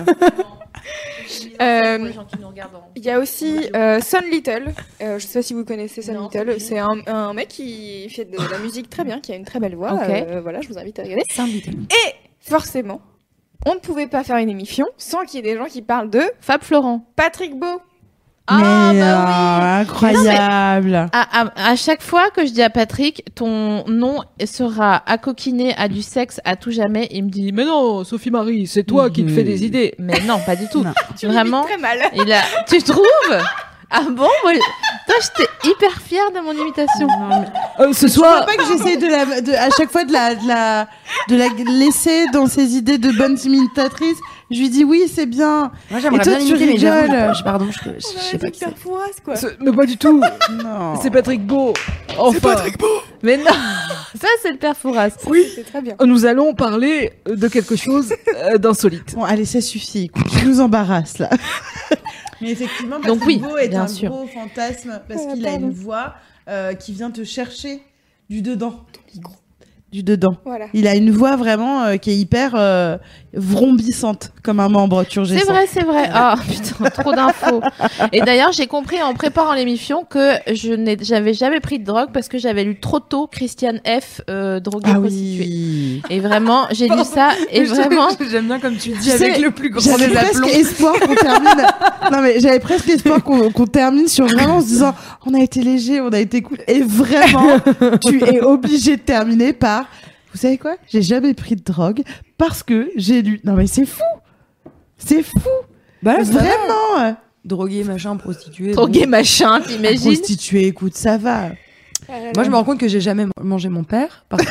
Euh, Les gens qui nous regarderont. Il y a aussi euh, Son Little. Euh, je sais pas si vous connaissez Son Non, Little. c'est C'est un, un mec qui fait de la musique très bien, qui a une très belle voix. Ok. Euh, voilà, je vous invite à regarder. Saint-Vite. Et forcément, on ne pouvait pas faire une émission sans qu'il y ait des gens qui parlent de Fab Florent. Patrick Beau. Ah, mais bah oui. euh, incroyable À, à, à chaque fois que je dis à Patrick, ton nom sera accoquiné à du sexe à tout jamais, il me dit mais non, Sophie Marie, c'est toi qui te fais des idées. Mais non, pas du tout. Non. Tu Vraiment. l'imites très mal. Il a. Tu trouves? Ah bon? Moi, toi, j'étais hyper fière de mon imitation. Euh, ce Je vois soir, pas que j'essaie de la, de, à chaque fois de la, de la, de la laisser dans ses idées de bonne imitatrice. Je lui dis oui, c'est bien. Moi j'aimerais Et toi, bien tu l'imiter mais j'avoue, rigoles. je- pardon, je, je, je sais pas qui c'est. quoi. ce- mais pas du tout. Non. C'est Patrick Beau. Enfin, Patrick Beau. Mais non, ça c'est le père Fouras. Oui. C'est très bien. Nous allons parler de quelque chose euh, d'insolite. Bon, allez, ça suffit. Écoute, tu nous embarrasses là. Mais effectivement, Patrick Donc oui, Beau est bien un sûr. gros fantasme parce Ah, qu'il a pardon. une voix euh, qui vient te chercher du dedans. Du dedans. Voilà. Il a une voix vraiment euh, qui est hyper euh, vrombissante comme un membre turgescent. C'est vrai, c'est vrai. Ah putain, trop d'infos. Et d'ailleurs, j'ai compris en préparant l'émission que je n'ai, j'avais jamais pris de drogue parce que j'avais lu trop tôt Christiane F. Euh, droguée Ah prostituée. oui. Et vraiment, j'ai lu ça et vraiment. J'aime bien comme tu dis Tu avec sais, le plus grand J'avais des presque aplombs. espoir qu'on termine. Non mais j'avais presque espoir qu'on qu'on termine sur vraiment en se disant on a été léger, on a été cool. Et vraiment, tu es obligé de terminer par. Vous savez quoi? J'ai jamais pris de drogue parce que j'ai lu. Non mais c'est fou. C'est fou. Bah là, ça va. Vraiment. Drogué, machin, prostituée. Drogué bon. machin, t'imagines? Prostituée, écoute, ça va. Moi, je me rends compte que j'ai jamais mangé mon père. Parce que...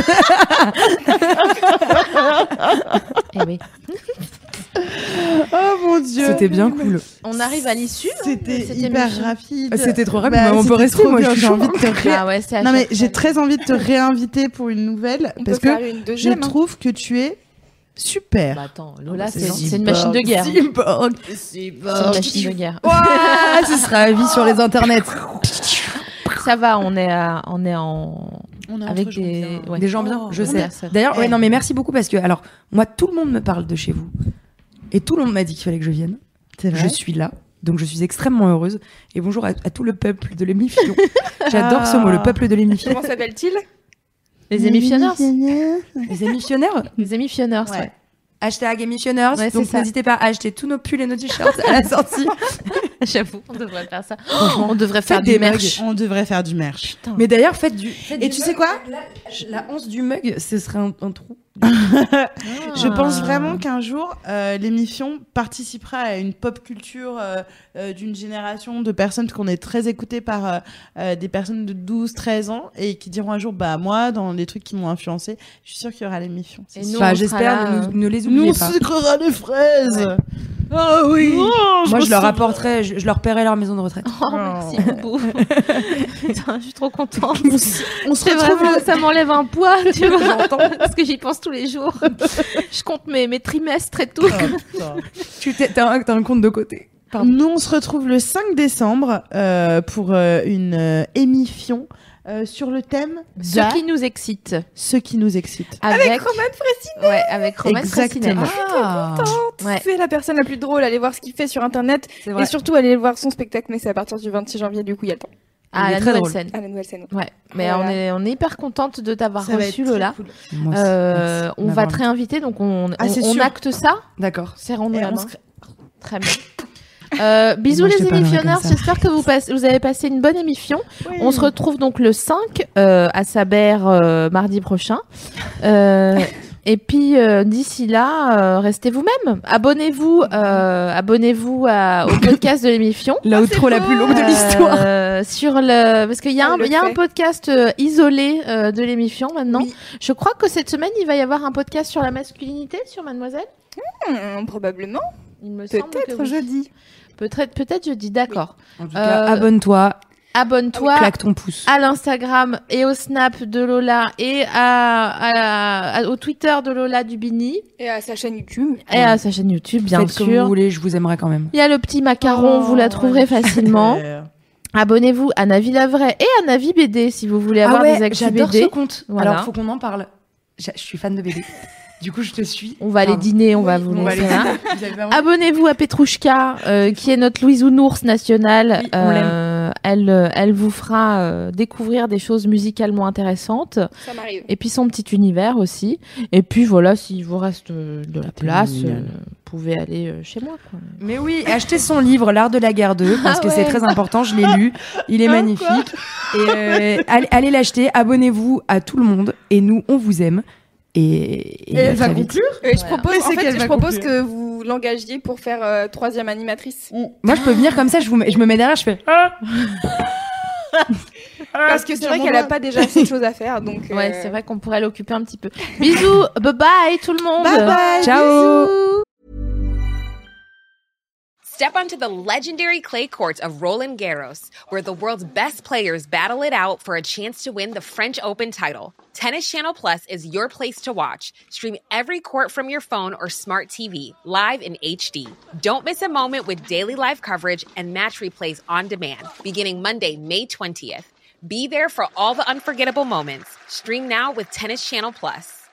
Eh oui. Oh mon dieu. C'était bien cool. On arrive à l'issue. hein, de C'était cette hyper émission. rapide. C'était trop rapide, Bah, mais on peut c'était rester, trop moi, je bien. suis J'ai chaud. envie de te ré- Ah ouais, c'est à Non mais chaque j'ai fois. très envie de te réinviter pour une nouvelle On parce peut que faire une je deuxième. hein. trouve que tu es super. Bah attends, Lola, c'est c'est, gentil. c'est une machine de guerre. Cyborg. C'est une machine de guerre. Ouah, ce sera à vie sur les internets. ça va, on est, à, on est en. On est avec entre gens des, bien. ouais. Des gens bien, Oh, je on sais. est- D'ailleurs, ouais, Eh. non, mais merci beaucoup parce que, alors, moi, tout le monde me parle de chez vous. Et tout le monde m'a dit qu'il fallait que je vienne. C'est vrai. Je suis là. Donc, je suis extrêmement heureuse. Et bonjour à, à tout le peuple de l'émission. J'adore Ah. ce mot, le peuple de l'émission. Comment s'appelle-t-il? Les émissionneurs. Les émissionnaires. Les émissionneurs, ouais. Ouais. Hashtag émissionnaires. Ouais, c'est donc, ça. n'hésitez pas à acheter tous nos pulls et nos t-shirts à la sortie. J'avoue, on devrait faire ça. On devrait faire faites du des merch. On devrait faire du merch. Putain. Mais d'ailleurs, faites du. faites Et du tu mug. sais quoi la, la hanse du mug, ce serait un, un trou. Je pense Ah. vraiment qu'un jour, euh, l'émission participera à une pop culture euh, euh, d'une génération de personnes qu'on est très écoutées par euh, euh, des personnes de douze treize ans et qui diront un jour, bah moi, dans les trucs qui m'ont influencé, je suis sûre qu'il y aura l'émission. C'est Et sûr. nous, Bah, on j'espère, sera là, ne, euh, nous- ne les Nous, oubliez on pas. sucrera les fraises. Ah oui. Moi, me je leur souviens. apporterai, je, je leur paierai leur maison de retraite. Oh, merci beaucoup. Putain, je suis trop contente. On se C'est retrouve vraiment, le- ça m'enlève un poids, tu vois, parce que j'y pense tous les jours. Je compte mes, mes trimestres et tout. Tu t'es- t'as un, t'as un compte de côté. Pardon. Nous, on se retrouve le cinq décembre euh, pour euh, une euh, émission euh, sur le thème Ce de qui nous excite. ce qui nous excite. Avec, Roman Fressinet. ouais, avec Roman Exactement. Fressinet. Ah, Ouais. C'est la personne la plus drôle. Allez voir ce qu'il fait sur internet. c'est vrai. Et surtout, allez voir son spectacle. Mais c'est à partir du vingt-six janvier, du coup, il y a le temps. Ah, Il est la très nouvelle drôle. scène. À la nouvelle scène. Ouais, mais Voilà. on est on est hyper contente de t'avoir Ça va reçu être très Lola. cool. Moi aussi, Euh, merci on de va m'avoir te réinviter, donc on Ah, on, c'est on sûr. acte ça. invité. D'accord. Serrons-nous Et la on main. se- Très bien. Euh, bisous Moi, je les te parlerai émissionneurs, comme ça. j'espère que vous, passe- vous avez passé une bonne émission. Oui. On se retrouve donc le cinq euh, à Saber euh, mardi prochain. Euh, et puis euh, d'ici là, euh, restez vous-même. Abonnez-vous, euh, abonnez-vous à- au podcast de l'émission. L'outro la plus longue de l'histoire. Euh, sur le parce qu'il y a On un le il y a un fait. podcast euh, isolé euh, de l'émission maintenant. Oui. Je crois que cette semaine il va y avoir un podcast sur la masculinité sur Mademoiselle. Hmm, probablement. Il me semble que Peut-être oui. jeudi. Peut-être peut-être jeudi, d'accord. En tout cas, Euh, abonne-toi, Abonne-toi claque ton pouce. à l'Instagram et au Snap de Lola et à, à- à- au Twitter de Lola Dubini Et à sa chaîne YouTube. et à sa chaîne YouTube bien Faites comme vous sûr. voulez, je vous aimerai quand même. Il y a le petit macaron, Oh, vous la trouverez facilement. Euh, Abonnez-vous à Navi la vraie et à Navi B D si vous voulez avoir ah ouais, des actus j'adore B D. ce compte. Voilà. Alors, faut qu'on en parle. Je je suis fan de B D. Du coup, je te suis. On va aller Pardon. dîner, on va Oui, vous on va laisser aller là. Vous avez pas envie Abonnez-vous à Petrouchka, euh, qui est notre Louise-Ounours nationale. Oui, on Euh, elle, euh, elle vous fera euh, découvrir des choses musicalement intéressantes. Ça m'arrive. Et puis son petit univers aussi. Et puis voilà, s'il vous reste euh, de la place, euh, génial. vous pouvez aller euh, chez moi. Quoi. Mais oui, achetez son livre L'art de la guerre deux parce Ah que c'est ouais. très important, je l'ai lu, il est magnifique. Et euh, allez, allez l'acheter, abonnez-vous à tout le monde et nous on vous aime. Et, Et à elle va très vite. conclure Et je Voilà. propose, Mais en c'est fait, qu'elle je va propose conclure. que vous l'engagiez pour faire euh, troisième animatrice. Moi je peux venir comme ça, je, vous mets- je me mets derrière, je fais Parce que c'est vrai qu'elle a pas déjà assez de choses à faire. Donc, Ouais, euh, c'est vrai qu'on pourrait l'occuper un petit peu. Bisous, bye bye tout le monde. Bye bye. ciao. Step onto the legendary clay courts of Roland Garros, where the world's best players battle it out for a chance to win the French Open title. Tennis Channel Plus is your place to watch. Stream every court from your phone or smart T V, live in H D. Don't miss a moment with daily live coverage and match replays on demand, beginning Monday, May twentieth. Be there for all the unforgettable moments. Stream now with Tennis Channel Plus.